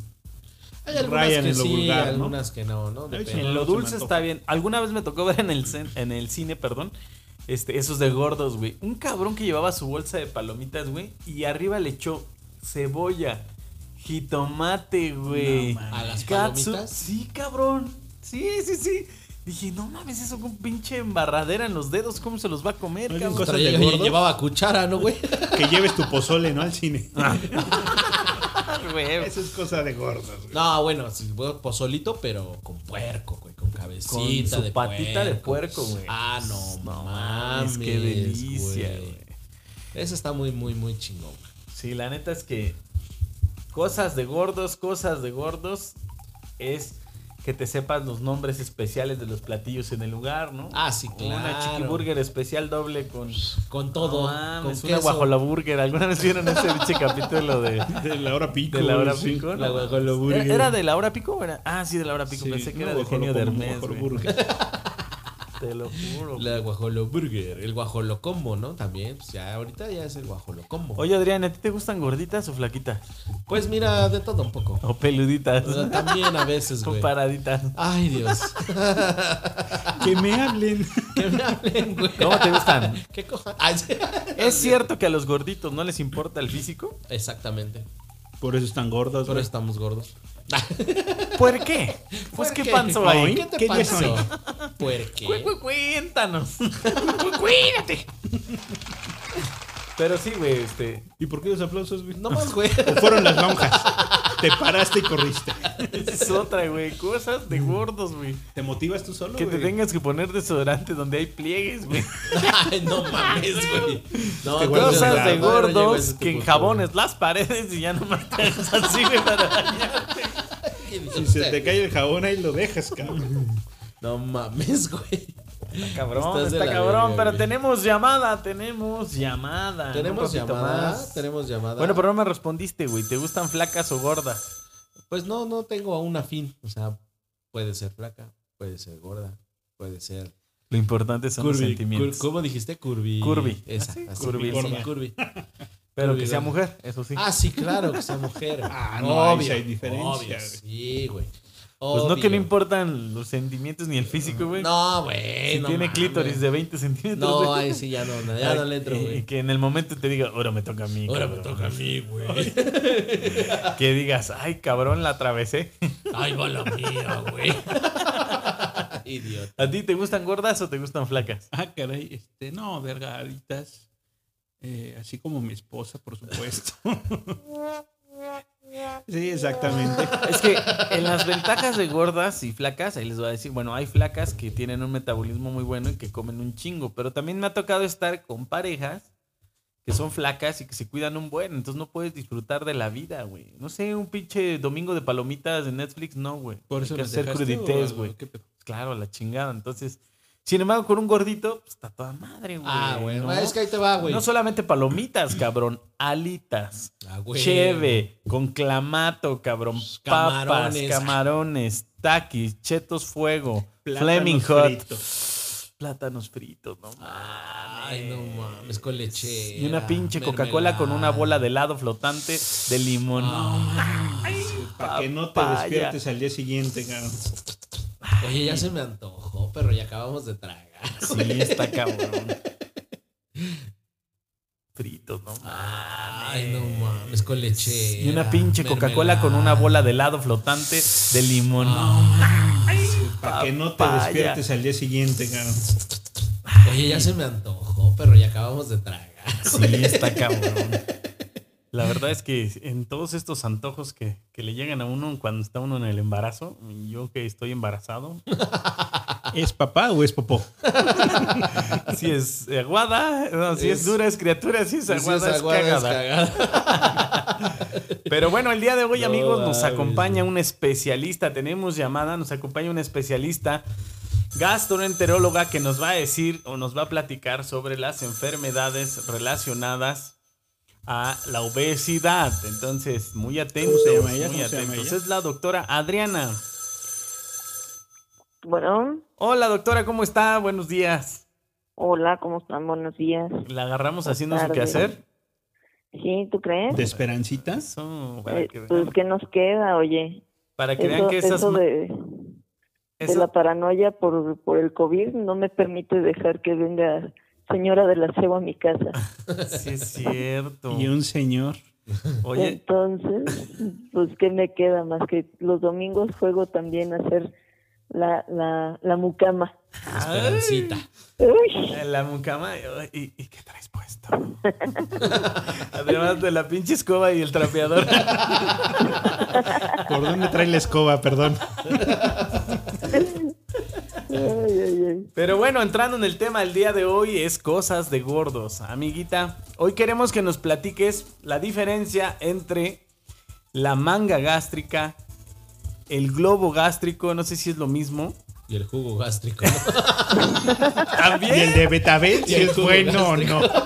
Hay algunas rayan que en lo sí, vulgar, ¿no? algunas que no, ¿no? A ver si Depende. En lo No se me dulce antoja. está bien. Alguna vez me tocó ver en el, cen- en el cine, perdón, este, esos de gordos, güey. Un cabrón que llevaba su bolsa de palomitas, güey, y arriba le echó cebolla, jitomate, güey. No, mames. ¿A las katsu- palomitas? Sí, cabrón. Sí, sí, sí. Dije, no mames, eso con pinche embarradera en los dedos, ¿cómo se los va a comer, Oigan, cabrón? cosas Traía- de oye, gordos. llevaba cuchara, ¿no, güey? Que lleves tu pozole, ¿no? Al cine. Güey. Eso es cosa de gordos, güey. No, bueno, sí, bueno, pozolito, pero con puerco, güey, con cabecita Con su de patita de puerco, güey. Ah, no, No mames, mames, qué delicia, güey. Ese está muy, muy, muy chingón. Sí, la neta es que cosas de gordos, cosas de gordos es que te sepas los nombres especiales de los platillos en el lugar, ¿no? Ah, sí, Una claro. chiqui burger especial doble con Con todo, No mames, con una queso. guajolola burger. ¿Alguna vez vieron ese pinche capítulo de, De la hora pico. de la hora sí. pico? La No, guajolola burger. ¿Era, ¿Era de la hora pico o era? Ah, sí, de la hora pico. Sí, Pensé que no, era de guajolo Genio de como Hermes, guajolo güey. burger. Te lo juro. La guajolo burger, el guajolo combo, ¿no? También, pues ya ahorita ya es el guajolo combo. Oye, Adrián, ¿a ti te gustan gorditas o flaquitas? Pues mira, de todo un poco. O peluditas. O sea, también a veces, O güey. paraditas. Ay, Dios. Que me hablen. Que me hablen, güey. ¿Cómo te gustan? ¿Qué coja? Ay, sí. ¿Es cierto que a los gorditos no les importa el físico? Exactamente. Por eso están gordos, Por güey. eso estamos gordos. ¿Por qué? Pues ¿Por qué qué? panzo Ay, hay. ¿Qué te ¿Qué día pasó? soy? ¿Por Cu- qué? cu- Cuéntanos. Cuídate. Pero sí, güey, este. ¿Y por qué los aplausos, güey? No más, güey. O fueron las lonjas. Te paraste y corriste. Es otra, güey. Cosas de gordos, güey. ¿Te motivas tú solo, Que te güey? tengas que poner desodorante donde hay pliegues, güey. Ay, no mames, güey. No, Te tú guardas eres Cosas la- de no, no llego a gordos ese que tipo de enjabones las paredes y ya nomás te hagas así, güey, para bañarte. Si se te cae el jabón ahí lo dejas, cabrón. No mames, güey. Está cabrón, Estás de está la cabrón, verga, pero güey. tenemos llamada, tenemos llamada. Tenemos Un poquito llamada. más. Tenemos llamada. Bueno, pero no me respondiste, güey. ¿Te gustan flacas o gordas? Pues no, no tengo una fin. O sea, puede ser flaca, puede ser gorda, puede ser... Lo importante son los Curvy, sentimientos. cur- ¿Cómo dijiste? Curvy. Curvy. Esa, Ah, sí, así, curvy, curvy, sí. curvy. Pero Curvy, que sea gorda. mujer, eso sí. Ah, sí, claro, que sea mujer. Ah, no, ahí sí hay diferencia, obvio, güey. sí, güey. Pues no que no Obvio. importan los sentimientos ni el físico, güey. No, güey. Si no tiene mames. clítoris de veinte centímetros. No, güey. ahí sí ya no, no, ya no le entro, Y- güey. Y que en el momento te diga, ahora me toca a mí. Ahora me cabrón". toca a mí, güey. Que digas, ay, cabrón, la atravesé. Ay, va la mía, güey. Idiota. ¿A ti te gustan gordas o te gustan flacas? Ah, caray, este, no, vergaditas. Eh, así como mi esposa, por supuesto. Sí, exactamente. Es que en las ventajas de gordas y flacas, ahí les voy a decir, bueno, hay flacas que tienen un metabolismo muy bueno y que comen un chingo, pero también me ha tocado estar con parejas que son flacas y que se cuidan un buen, entonces no puedes disfrutar de la vida, güey. No sé, un pinche domingo de palomitas de Netflix, no, güey. Por Hay eso que las hacer dejaste, crudités, o- güey. o qué pedo? Claro, la chingada. Entonces, sin embargo, con un gordito, pues está toda madre, güey. Ah, güey. ¿no? Es que ahí te va, güey. No solamente palomitas, cabrón, alitas. Ah, güey. Cheve, con clamato, cabrón, papas, Camarones. camarones, taquis, chetos fuego, Plátanos Flaming Hot, fritos. plátanos fritos, no Ay, no mames, con leche. Y una pinche Coca-Cola con una bola de helado flotante de limón. Para que no te papaya. despiertes al día siguiente, cabrón. Oye, ya se me antojó, pero ya acabamos de tragar. Sí, está cabrón. Fritos, no Ay, no mames, con leche. Y una pinche Coca-Cola con una bola de helado flotante de limón. Para que no te Papaya. despiertes al día siguiente, cabrón. Oye, ya se me antojó, pero ya acabamos de tragar. Sí, está cabrón. La verdad es que en todos estos antojos que, que le llegan a uno cuando está uno en el embarazo, yo que estoy embarazado, ¿Es papá o es popó? si es aguada, no, si es, Es- dura es criatura, si es Sí, aguada, esa es, guarda es cagada. cagada. Pero bueno, el día de hoy, No amigos, nos mames, acompaña güey. un especialista. Tenemos llamada, nos acompaña una especialista gastroenteróloga que nos va a decir o nos va a platicar sobre las enfermedades relacionadas a la obesidad. Entonces, muy atentos, ¿Cómo se llama ella? muy ¿Cómo se llama atentos. ella? Es la doctora Adriana. Bueno, Hola, doctora, ¿cómo está? Buenos días. hola, ¿cómo están? Buenos días. ¿La agarramos Buenas haciendo su tardes. quehacer? Sí, ¿tú crees? ¿De Esperancita? Eso, para Eh, que, pues, ¿qué nos queda, oye? para que vean Eso, que esas... eso ma- de, de eso- la paranoia por, por el COVID no me permite dejar que venga señora del aseo a mi casa. Sí, es cierto. Y un señor. Oye, Entonces, pues, ¿qué me queda más que los domingos juego también a hacer la, la, la mucama? Esperancita. Uy, la mucama, ¿y, y qué traes puesto? Además de la pinche escoba y el trapeador. ¿Por dónde trae la escoba? Perdón. ay, ay, ay. Pero bueno, entrando en el tema del día de hoy es cosas de gordos. Amiguita, hoy queremos que nos platiques la diferencia entre la manga gástrica, el globo gástrico, no sé si es lo mismo. Y el jugo gástrico. También. ¿Y el de Betabel? Si Y el es jugo bueno o gástrico. no.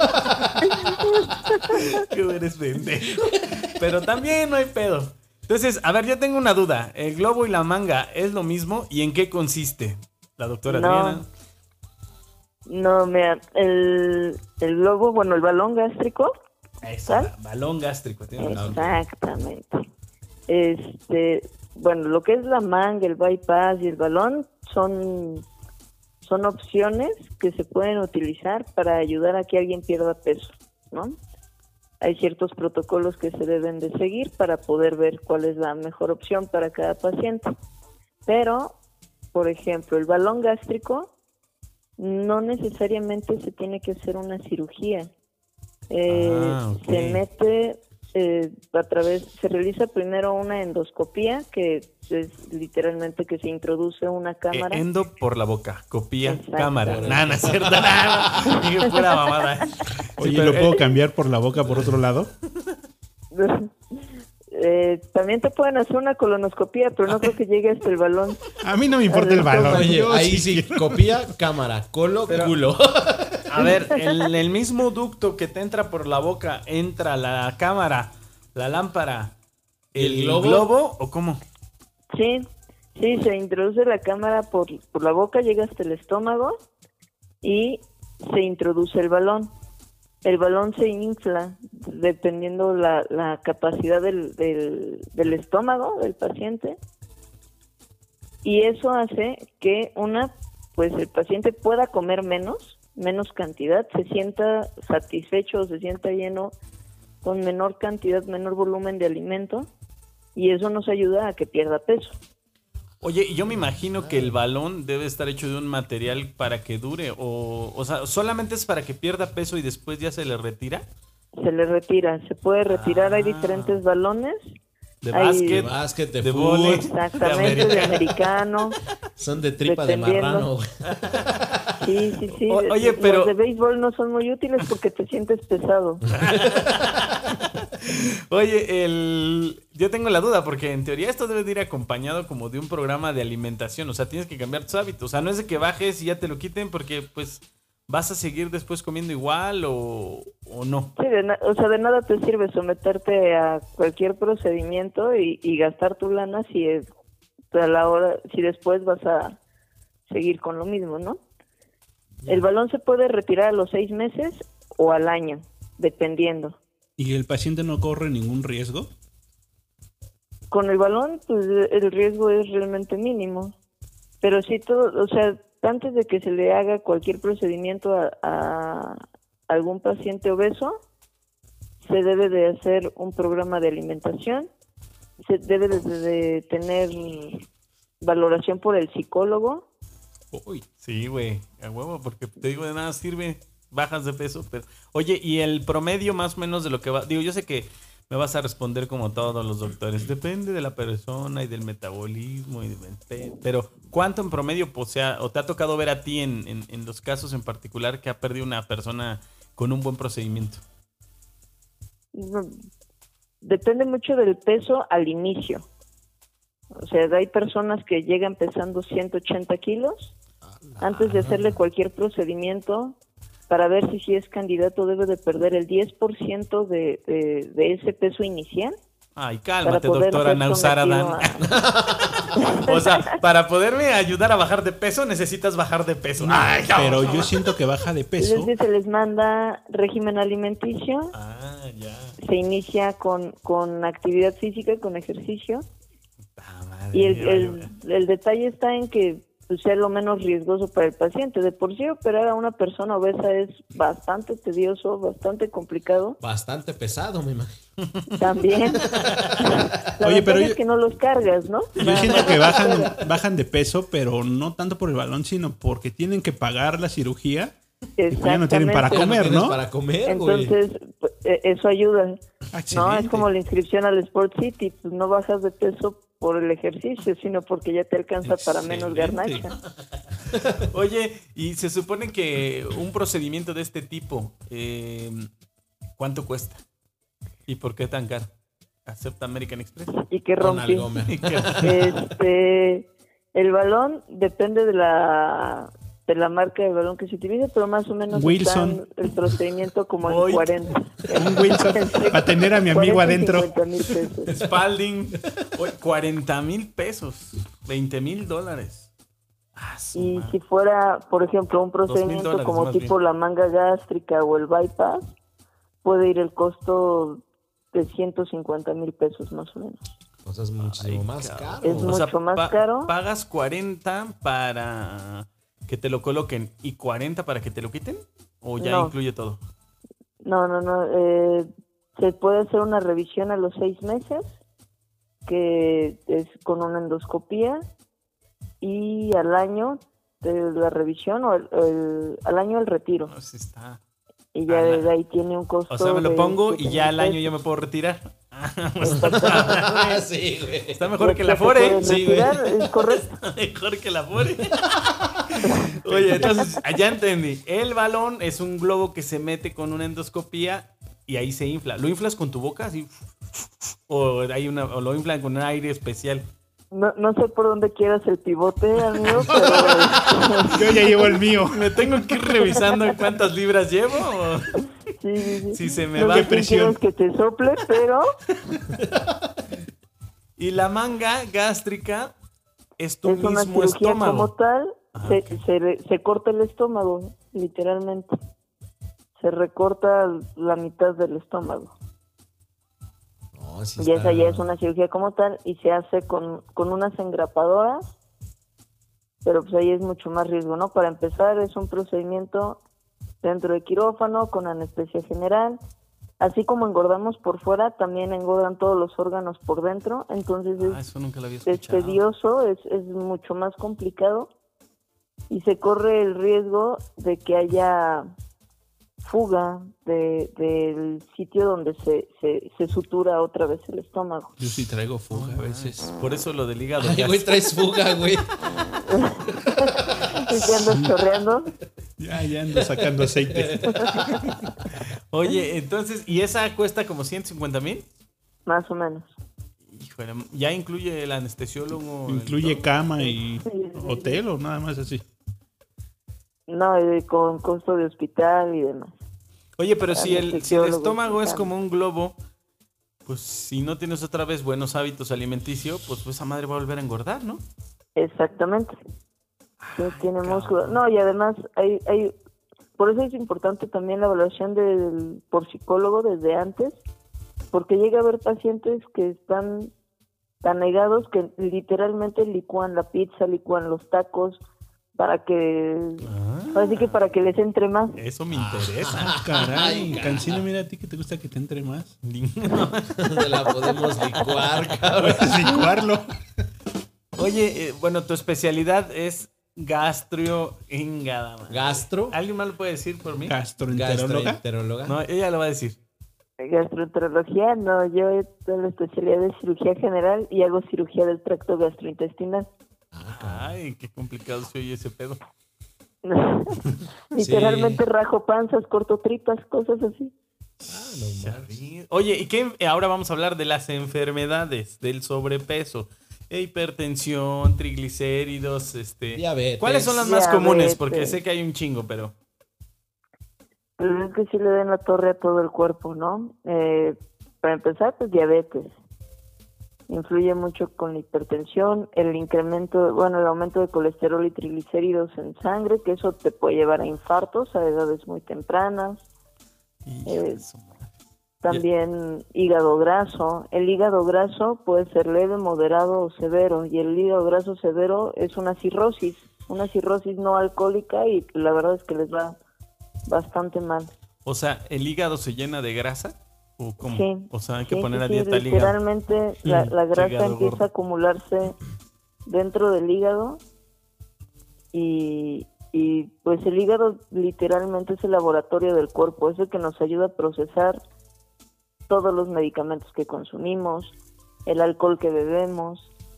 Que eres pendejo. Pero también no hay pedo. Entonces, a ver, yo tengo una duda. ¿El globo y la manga es lo mismo? ¿Y en qué consiste? La doctora No. Adriana. No, mira, el, el globo, bueno, el balón gástrico. Eso, ¿Cuál? balón gástrico. tiene razón. Exactamente. Este, bueno, lo que es la manga, el bypass y el balón son, son opciones que se pueden utilizar para ayudar a que alguien pierda peso, ¿no? Hay ciertos protocolos que se deben de seguir para poder ver cuál es la mejor opción para cada paciente. Pero, por ejemplo, el balón gástrico no necesariamente se tiene que hacer una cirugía. Eh, Ah, ok. Se mete eh, a través, se realiza primero una endoscopía, que es literalmente que se introduce una cámara. Eh, endo por la boca, copia, Exacto. cámara. Nada, no es cierto, nada. Dije pura mamada. Sí, Oye, pero, ¿lo puedo eh, cambiar por la boca por otro lado? Eh, también te pueden hacer una colonoscopía, pero no creo que llegue hasta el balón. A mí no me importa el balón. Oye, Yo ahí sí sí, quiero. copia, cámara, colo, Pero- culo. A ver, el, el mismo ducto que te entra por la boca, entra la cámara, la lámpara ¿El, ¿El globo? globo? ¿O cómo? Sí, sí, se introduce la cámara por, por la boca, llega hasta el estómago y se introduce el balón. El balón se infla dependiendo la, la capacidad del, del, del estómago del paciente y eso hace que una, pues el paciente pueda comer menos, menos cantidad, se sienta satisfecho, se sienta lleno con menor cantidad, menor volumen de alimento y eso nos ayuda a que pierda peso. Oye, y yo me imagino que el balón debe estar hecho de un material para que dure, o, o sea, solamente es para que pierda peso y después ya se le retira. Se le retira, se puede retirar, Ah. hay diferentes balones. De Hay- básquet, De básquet, de de fútbol. vóley, Exactamente, de americano. Son de tripa de Dependiendo. marrano, güey. Sí, sí, sí. O- oye, Los pero- de béisbol no son muy útiles porque te sientes pesado. Oye, el... yo tengo la duda porque en teoría esto debe de ir acompañado como de un programa de alimentación, o sea, tienes que cambiar tus hábitos, o sea, no es de que bajes y ya te lo quiten porque pues vas a seguir después comiendo igual o, o no. Sí, de na- o sea, de nada te sirve someterte a cualquier procedimiento y, y gastar tu lana si es a la hora, si después vas a seguir con lo mismo, ¿no? El balón se puede retirar a los seis meses o al año, dependiendo. ¿Y el paciente no corre ningún riesgo? Con el balón, pues el riesgo es realmente mínimo. Pero sí, todo, o sea, antes de que se le haga cualquier procedimiento a, a algún paciente obeso, se debe de hacer un programa de alimentación, se debe de, de tener valoración por el psicólogo. Uy, sí, güey, a huevo, porque te digo, de nada sirve, bajas de peso, pero... Oye, ¿y el promedio más o menos de lo que va? Digo, yo sé que me vas a responder como todos los doctores, depende de la persona y del metabolismo, y de- pero ¿cuánto en promedio, pues, o sea, o te ha tocado ver a ti en, en, en los casos en particular que ha perdido una persona con un buen procedimiento? No, depende mucho del peso al inicio. O sea, hay personas que llegan pesando ciento ochenta kilos. Antes de hacerle cualquier procedimiento, para ver si sí es candidato, debe de perder el diez por ciento de, de, de ese peso inicial. Ay, cálmate, Para poder doctora ser Nausar Adán. sometido O sea, para poderme ayudar a bajar de peso, necesitas bajar de peso. Ay, Pero cabrón. yo siento que baja de Es peso. decir, se les manda régimen alimenticio, Ah, ya. se inicia con, con actividad física, con ejercicio. Ah, madre Y el, mía, el, el detalle está en que pues, sea lo menos riesgoso para el paciente. De por sí, operar a una persona obesa es bastante tedioso, bastante complicado. Bastante pesado, me imagino. También. La Oye, pero ventaja yo- es que no los cargas, ¿no? Yo siento que bajan, bajan de peso, pero no tanto por el balón, sino porque tienen que pagar la cirugía. Y pues ya no tienen para Exactamente. comer, tienes ¿no? Para comer, güey. Entonces, pues, eh, eso ayuda. Ah, No, es excelente. como la inscripción al Sport City. Pues no bajas de peso por el ejercicio, sino porque ya te alcanza para menos Excelente. garnacha. Oye, y se supone que un procedimiento de este tipo, eh, ¿cuánto cuesta? ¿Y por qué tan caro? ¿Acepta American Express? Y que Con rompí. Algomer. ¿Y qué? Este, el balón depende de la de la marca de balón que se utilice, pero más o menos Wilson. está el procedimiento como en Voy. cuarenta. Un Wilson para tener a mi amigo cuarenta y adentro. cincuenta mil pesos. Spalding. Oye, cuarenta mil pesos. veinte mil dólares. Ah, su Y madre. si fuera, por ejemplo, un Dos mil procedimiento dólares, como más tipo bien. la manga gástrica o el bypass, puede ir el costo de ciento cincuenta mil pesos más o menos. O sea, es muchísimo Ay, más cabrón. caro. Es mucho más caro. Pagas cuarenta para que te lo coloquen y cuarenta para que te lo quiten. ¿O ya No. incluye todo? No, no, no. eh, se puede hacer una revisión a los seis meses, que es con una endoscopía, y al año de la revisión, o el- el- al año el retiro. No, sí está. Y ya A la- desde ahí tiene un costo. O sea, me lo de pongo y siete ya mil al año ya pesos. me puedo retirar. Ah, sí, güey. Está mejor que Ya la se Fore. puede Sí, güey. retirar, es correcto. Mejor que la Fore. Oye, entonces, ya entendí. El balón es un globo que se mete con una endoscopía y ahí se infla. ¿Lo inflas con tu boca? Así. O, hay una, o lo inflan con un aire especial. No, no sé por dónde quieras el pivote, amigo, pero Yo ya llevo el mío. ¿Me tengo que ir revisando cuántas libras llevo? o sí, sí, sí. Si se me No va. sé Qué quién presión. quieres que te sople, pero Y la manga gástrica es tu Es una mismo cirugía estómago. como tal, Ah, se, ok. se, re- se corta el estómago, literalmente. Se recorta la mitad del estómago. No, sí Y esa está- ya es una cirugía como tal y se hace con, con unas engrapadoras, pero pues ahí es mucho más riesgo, ¿no? Para empezar es un procedimiento dentro de quirófano con anestesia general. Así como engordamos por fuera, también engordan todos los órganos por dentro, entonces Ah, es, eso nunca lo había es escuchado. tedioso, es, es mucho más complicado y se corre el riesgo de que haya fuga de, del sitio donde se, se, se sutura otra vez el estómago. Yo sí traigo fuga a veces. Por eso lo del hígado. Ay, güey, gástrico. traes fuga, güey. ¿Y te andas chorreando? Ya, ya ando sacando aceite. Oye, entonces, ¿y esa cuesta como ciento cincuenta mil? Más o menos. Híjole, ¿ya incluye el anestesiólogo? ¿Incluye el- cama y hotel o nada más así? No, y con costo de hospital y demás. Oye, pero si el, si el Anestesiólogo, estómago es cama. como un globo, pues si no tienes otra vez buenos hábitos alimenticios, pues esa madre va a volver a engordar, ¿no? Exactamente. Sí, tiene músculo. No, y además hay, hay, por eso es importante también la evaluación del, por psicólogo desde antes, porque llega a haber pacientes que están tan negados que literalmente licúan la pizza, licúan los tacos para que, así que para que les entre más. Eso me interesa. Ah, caray, Ay, Cancino, mira a ti que te gusta que te entre más. ¿Dónde la podemos licuar, cabrón? Puedes licuarlo. Oye, eh, bueno, tu especialidad es gastroenterología. Gastro. ¿Alguien más lo puede decir por mí? Gastroenteróloga. Gastroenteróloga. No, ella lo va a decir. Gastroenterología, no, yo he la especialidad de cirugía general y hago cirugía del tracto gastrointestinal. Ay, qué complicado se oye ese pedo. Literalmente rajo panzas, corto tripas, cosas así. Ah, no mames. Oye, ¿y qué? Ahora vamos a hablar de las enfermedades, del sobrepeso, hipertensión, triglicéridos, este. Diabetes. ¿Cuáles son las más Diabetes. comunes? Porque sé que hay un chingo, pero. Pero es que sí le den la torre a todo el cuerpo, ¿no? Eh, para empezar, pues diabetes. Influye mucho con la hipertensión, el incremento, bueno, el aumento de colesterol y triglicéridos en sangre, que eso te puede llevar a infartos a edades muy tempranas. Hijo Eh, de su madre. También hígado graso. El hígado graso puede ser leve, moderado o severo. Y el hígado graso severo es una cirrosis, una cirrosis no alcohólica y la verdad es que les va bastante mal. O sea, ¿el hígado se llena de grasa? ¿O cómo? Sí. O sea, hay que Sí, poner sí, a sí, dieta el hígado. literalmente la, la grasa Hígado empieza gordo. a acumularse dentro del hígado y, y pues el hígado literalmente es el laboratorio del cuerpo, es el que nos ayuda a procesar todos los medicamentos que consumimos, el alcohol que bebemos,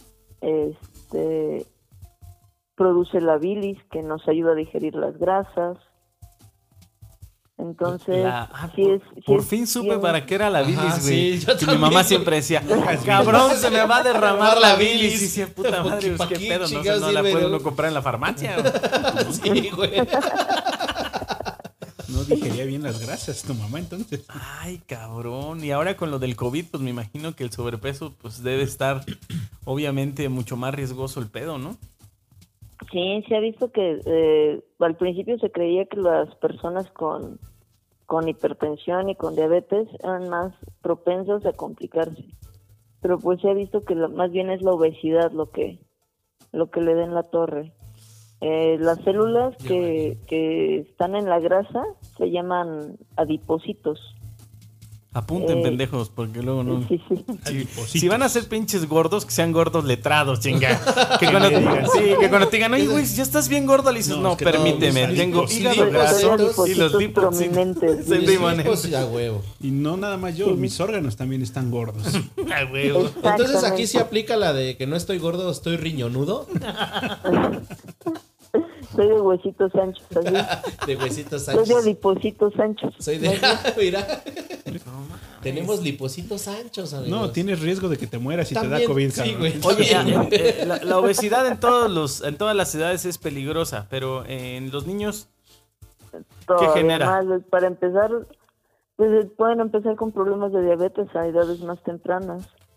este produce la bilis que nos ayuda a digerir las grasas. Entonces, La- ah, sí por es, sí por es fin supe bien- para qué era la bilis, Ajá, güey. sí, yo Y mi también, mamá güey. siempre decía, cabrón, se me va a derramar la bilis. Y decía, puta ¿Por madre, qué- pues, qué pa' qué pedo, no, sé, chingados no la sirve, puede no? uno comprar en la farmacia. güey. Sí, güey. No digería bien las grasas tu mamá, entonces. Ay, cabrón. Y ahora con lo del COVID, pues me imagino que el sobrepeso pues debe estar obviamente mucho más riesgoso el pedo, ¿no? Sí, se ha visto que eh, al principio se creía que las personas con, con hipertensión y con diabetes eran más propensas a complicarse, pero pues se ha visto que lo- más bien es la obesidad lo que lo que le den la torre. Eh, las células que, que están en la grasa se llaman adipocitos. Apunten, Eh, pendejos, porque luego no... Sí, sí. Si, si van a ser pinches gordos, que sean gordos letrados, chinga. Que cuando, sí, que cuando te digan, oye, güey, ya estás bien gordo, le dices, No, no, es que no, permíteme, los tengo adipocitos- hígado Sí, graso adipocitos y los adipocitos lipos sí, prominentes. se Sí, riman. pues, sí, a huevo. Y no nada más yo, mis órganos también están gordos. Ah, huevo. Entonces aquí sí Exactamente. aplica la de que no estoy gordo, estoy riñonudo. Soy de huesitos anchos, así. De huesitos Soy de anchos. adipocitos anchos. Soy de. Mira. Tenemos lipositos anchos, amigos. No, tienes riesgo de que te mueras si te También, da COVID, sí, cabrón. güey. Oye, eh, eh, la, la obesidad en todos los, en todas las edades es peligrosa, pero en los niños, Todavía genera? más. Para empezar, pues pueden empezar con problemas de diabetes a edades más tempranas.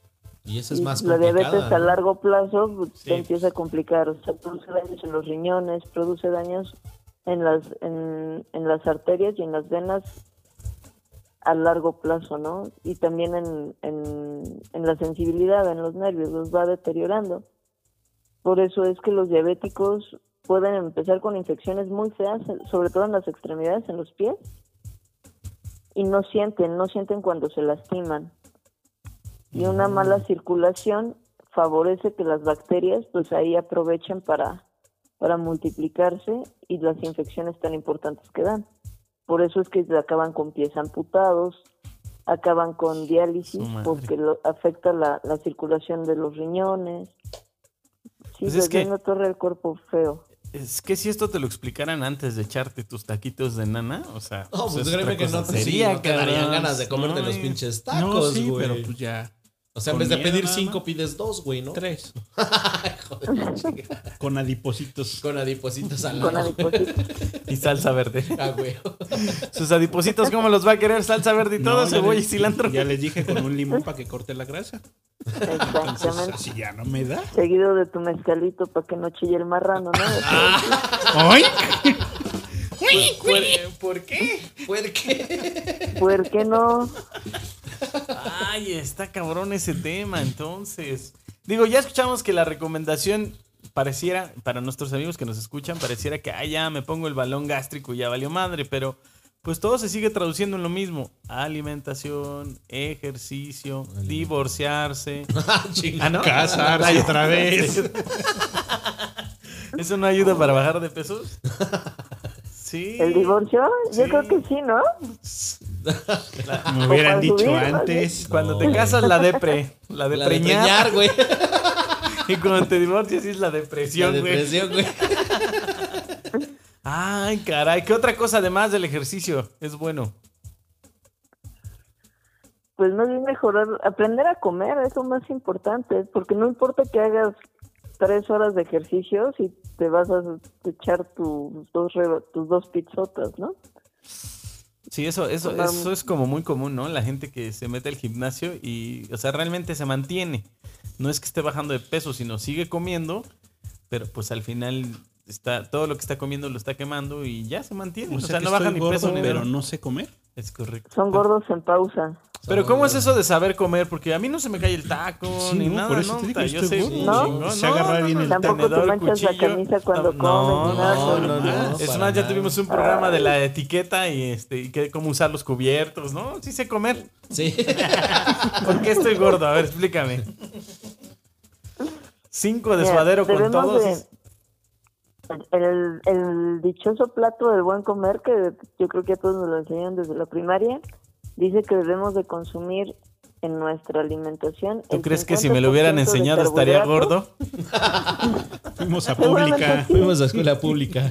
Y eso es Y más la diabetes complicada, a ¿no? largo plazo pues, Sí. te empieza a complicar, o sea, produce daños en los riñones, produce daños en las en, en las arterias y en las venas a largo plazo, ¿no? Y también en, en, en la sensibilidad, en los nervios, los va deteriorando. Por eso es que los diabéticos pueden empezar con infecciones muy feas, sobre todo en las extremidades, en los pies, y no sienten, no sienten cuando se lastiman. Y una mala circulación favorece que las bacterias pues ahí aprovechen para, para multiplicarse y las infecciones tan importantes que dan. Por eso es que acaban con pies amputados, acaban con diálisis, Su madre. porque lo, afecta la, la circulación de los riñones. Sí, Pues les es que- da una torre al cuerpo feo. Es que si esto te lo explicaran antes de echarte tus taquitos de nana, o sea, No, pues es créeme otra que no, cosa sí, seria, no te darían cabrón. ganas de comerte No, los y- pinches No, tacos, sí, güey. pero pues ya. O sea, en con vez de miedo pedir nada cinco, más. pides dos, güey, ¿no? Tres. Hijo de la chingada. Con adipositos. Con adipositos al Con lado. adipositos. Y salsa verde. Ah, güey. Sus adipositos, ¿cómo los va a querer? Salsa verde y todo, No, ya cebolla y les- cilantro. Ya les dije con un limón para que corte la grasa. Entonces, Exactamente. así ya no me da. Seguido de tu mezcalito para que no chille el marrano, ¿no? ¡Ay! ¿Por, por qué? ¿Por qué? ¿Por qué no? Ay, está cabrón ese tema, entonces. Digo, ya escuchamos que la recomendación pareciera, para nuestros amigos que nos escuchan, pareciera que, ah, ya me pongo el balón gástrico y ya valió madre, pero pues todo se sigue traduciendo en lo mismo. Alimentación, ejercicio, divorciarse. Ah, chinga. Ah, ¿no? Casarse otra vez. ¿Eso no ayuda para bajar de pesos? Sí. ¿El divorcio? Yo Sí. creo que sí, ¿no? Me hubieran para dicho subir, antes. Cuando te casas, la depre. La de La de preñar. preñar, güey. Y cuando te divorcias, sí es la La depresión, güey. depresión, güey. Ay, caray. ¿Qué otra cosa además del ejercicio es bueno? Pues más bien mejorar, aprender a comer, es lo más importante, porque no importa que hagas tres horas de ejercicio si te vas a echar tus dos, re- tus dos pizzotas, ¿no? Sí, eso, eso, Vamos. eso es como muy común, ¿no? La gente que se mete al gimnasio y, o sea, realmente se mantiene. No es que esté bajando de peso, sino sigue comiendo, pero pues al final está, todo lo que está comiendo lo está quemando y ya se mantiene. O sea, que no baja estoy ni gordo, peso ni pero nada. no sé comer. Es correcto. Son gordos en pausa. Pero ¿cómo es eso de saber comer? Porque a mí no se me cae el taco, Sí, ni no, nada, por eso ¿no? te digo, Puta, yo estoy soy gordo. un ¿No? chingón. Se agarra bien el Tampoco te tenedor, manchas la cuchillo. camisa cuando No, comes, ni nada. no, no, no, no. Es para más, ya nada. tuvimos un programa de la etiqueta y este y que cómo usar los cubiertos, ¿no? Sí sé comer. Sí. ¿Por qué estoy gordo? A ver, explícame. Cinco de Mira, suadero con debemos todos. de- el, el dichoso plato del buen comer, que yo creo que a todos nos lo enseñan desde la primaria, dice que debemos de consumir en nuestra alimentación. ¿Tú el crees que si me lo hubieran cincuenta por ciento de enseñado estaría carbohidratos, gordo? Fuimos a Seguramente pública. sí. Fuimos a escuela pública.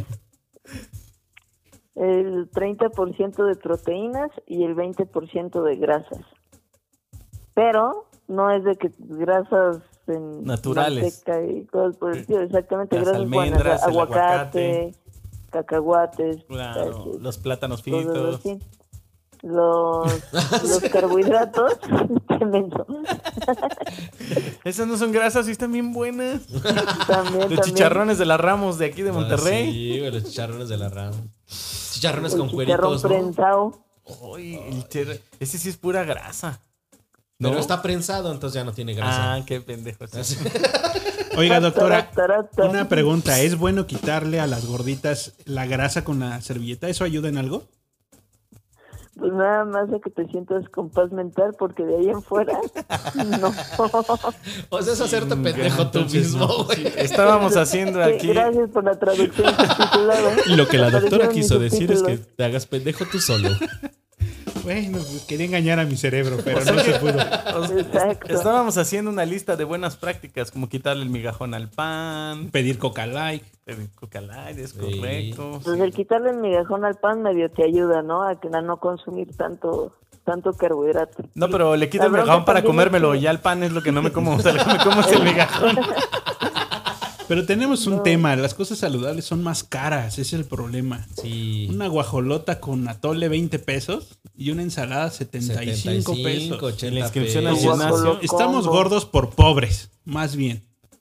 el treinta por ciento de proteínas y el veinte por ciento de grasas. Pero no es de que grasas en Naturales. manteca y cosas por el estilo, exactamente, Las grasas buenas, almendras, el aguacate, cacahuates, Claro, pistaches, los plátanos cosas fritos. así. Los, los carbohidratos, qué menso. Esas no son grasas y están bien buenas. También, Los también. chicharrones de las Ramos de aquí de Monterrey. Ah, sí, güey, los chicharrones de la rama. Chicharrones El con chicharrón cueritos, ¿no? prensado. Uy, el cher- ese sí es pura grasa. Pero ¿No? está prensado, entonces ya no tiene grasa. Ah, qué pendejo. sí. Oiga, doctora, Tarata. una pregunta. ¿Es bueno quitarle a las gorditas la grasa con la servilleta? ¿Eso ayuda en algo? Pues nada más a que te sientas con paz mental, porque de ahí en fuera, no. O sea, es hacerte pendejo tú entonces mismo, no. güey. Estábamos haciendo Sí, aquí. gracias por la traducción subtitulada. Lo que la doctora Aparecieron mis quiso decir es que subtítulos. te hagas pendejo tú solo. Bueno, pues, quería engañar a mi cerebro, pero no se pudo. Os- Exacto. Estábamos haciendo una lista de buenas prácticas, como quitarle el migajón al pan, Pedir Coca Light. pedir Coca Light, es Sí. correcto. Pues sí. el quitarle el migajón al pan medio te ayuda, ¿no? A, que, a no consumir tanto tanto carbohidrato. No, pero le quito La el bronca migajón para también es comérmelo. que- Ya el pan es lo que no me como. O sea, lo que me como es el migajón. Pero tenemos un No. tema, las cosas saludables son más caras, ese es el problema. Sí. Una guajolota con atole veinte pesos y una ensalada setenta y cinco pesos. ochenta La inscripción al pesos. gimnasio. Guajolo- Estamos Combo. gordos por pobres, más bien.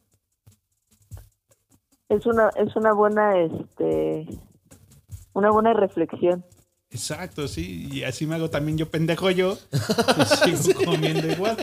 Es una, es una buena, este, una buena reflexión. Exacto, sí, y así me hago también yo pendejo yo y sigo comiendo igual.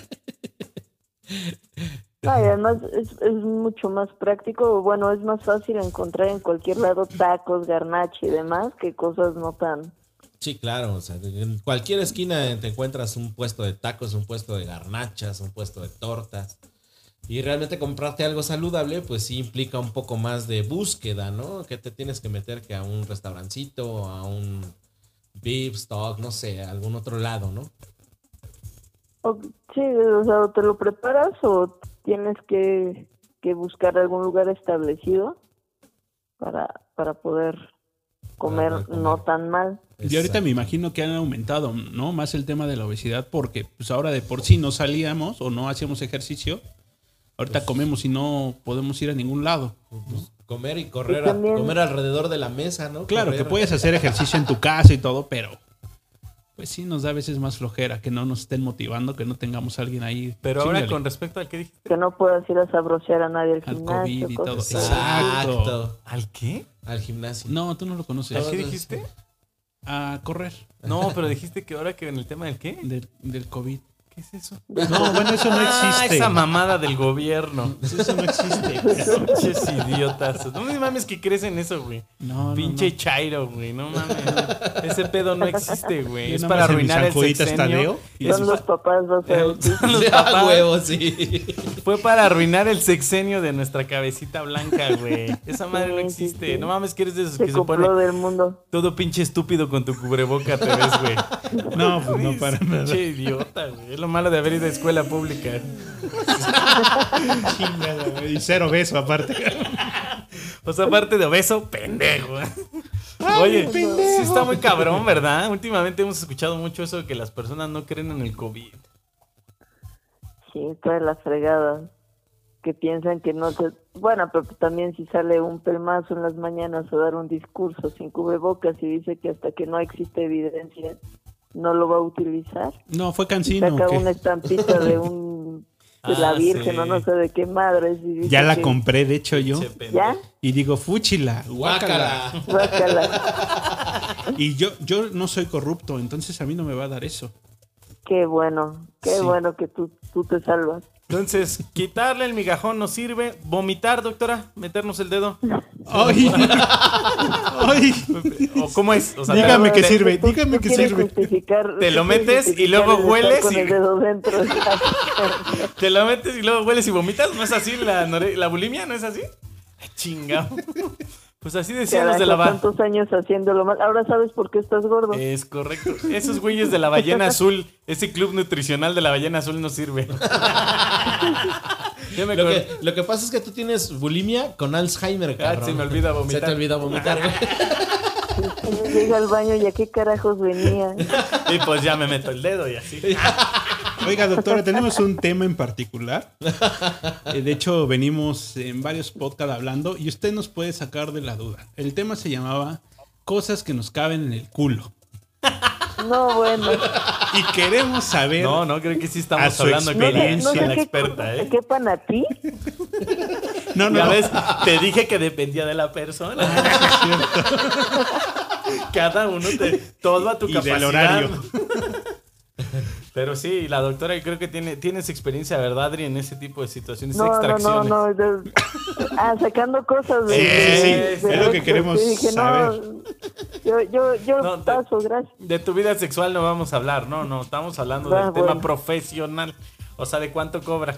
Ah, y además es, es mucho más práctico, bueno, es más fácil encontrar en cualquier lado tacos, garnacha y demás que cosas no tan... Sí, claro, o sea, en cualquier esquina te encuentras un puesto de tacos, un puesto de garnachas, un puesto de tortas. Y realmente comprarte algo saludable, pues sí implica un poco más de búsqueda, ¿no? Que te tienes que meter que a un restaurancito, a un beef stock, no sé, a algún otro lado, ¿no? O- sí, o sea, o te lo preparas o tienes que, que buscar algún lugar establecido para, para poder comer, Para poder comer. no tan mal. Y ahorita me imagino que han aumentado, ¿no? Más el tema de la obesidad porque pues ahora de por sí no salíamos o no hacíamos ejercicio. Ahorita comemos y no podemos ir a ningún lado. Pues, comer y correr, Y también- a, comer alrededor de la mesa, ¿no? Claro, Correr. que puedes hacer ejercicio en tu casa y todo, pero pues sí nos da a veces más flojera, que no nos estén motivando, que no tengamos a alguien ahí. Pero ahora Chíngale. con respecto al que dijiste. Que no puedas ir a sabrosear a nadie al Al gimnasio. COVID y todo. cosas así. Exacto. Exacto. ¿Al qué? Al gimnasio. No, tú no lo conoces. ¿Al Todo qué eso. dijiste? A correr No, pero dijiste que ahora que en el tema del qué. del, del COVID. ¿Qué es eso? No, bueno, eso no Ah, existe. esa mamada del gobierno. Eso no existe. Pinches idiotas. No me mames que crees en eso, güey. No, no, Pinche no. chairo, güey. No mames. Ese pedo no existe, güey. Yo Es nada para más en mis arruinar el sanjuditas sexenio. Tadeo. Y es Son los pa- papás, vas a Eh, decir. son los Sí, a papás. huevo, sí. Fue para arruinar el sexenio de nuestra cabecita blanca, güey. Esa madre no Sí, sí, existe. sí. No mames que eres de esos Se que se pone copló del mundo. todo pinche estúpido con tu cubreboca, te ves, güey. No, pues no para nada. Pinche idiota, güey. Es lo malo de haber ido a escuela pública. Chingada, güey. Y cero beso aparte. O sea, aparte de obeso, pendejo. Oye, sí está muy cabrón, ¿verdad? Últimamente hemos escuchado mucho eso de que las personas no creen en el COVID. Sí, toda la fregada. Que piensan que no se... Bueno, pero también si sale un pelmazo en las mañanas a dar un discurso sin cubrebocas y dice que hasta que no existe evidencia no lo va a utilizar. No, fue Y Cancino. saca ¿qué? una estampita de un... de Ah, la Virgen sí. o no sé de qué madres. Y dice Ya la que- compré, de hecho, yo. Che, pendejo. ¿Ya? Y digo, fúchila, guácala. Guácala. Guácala. Y yo, yo no soy corrupto, entonces a mí no me va a dar eso. Qué bueno, qué Sí. bueno que tú, tú te salvas. Entonces, quitarle el migajón no sirve. Vomitar, doctora, meternos el dedo. ¡Ay! ¡Ay! ¿O cómo es? O sea, Dígame te- que sirve, Tú- dígame tú que quieres sirve. justificar- Te lo tú quieres metes y justificar luego el estar hueles con y- el dedo dentro. Te lo metes y luego hueles y vomitas. ¿No es así la, nore- la bulimia? ¿No es así? Ay, chingado. Pues así decían los de la ba- tantos años haciéndolo mal. Ahora sabes por qué estás gordo. Es correcto. Esos güeyes de la ballena azul, ese club nutricional de la ballena azul no sirve. Ya me Lo acuerdo. que, lo que pasa es que tú tienes bulimia con Alzheimer, Ah, cabrón. se me olvida vomitar. Se te olvida vomitar, güey. Llega al baño y a qué carajos venía. Y pues ya me meto el dedo y así. Oiga, doctora, tenemos un tema en particular. Eh, De hecho, venimos en varios podcasts hablando y usted nos puede sacar de la duda. El tema se llamaba cosas que nos caben en el culo. No, bueno. Y queremos saber... No, no, creo que sí A estamos su hablando con experiencia. con la qué experta, cosas ¿eh? te quepan a ti. No, no, Ya no. ves, te dije que dependía de la persona. Cada uno te, todo a tu Y capacidad. del horario. Pero sí, la doctora yo creo que tiene tienes experiencia, ¿verdad, Adri, en ese tipo de situaciones, No, no, no, extracciones? no. de- Ah, sacando cosas de. Sí, de- sí, de- es lo que de- queremos y dije, saber. No, yo, yo, yo No, te- paso, gracias. De tu vida sexual no vamos a hablar, no, no, estamos hablando Ah, del tema bueno. profesional. O sea, ¿de cuánto cobra?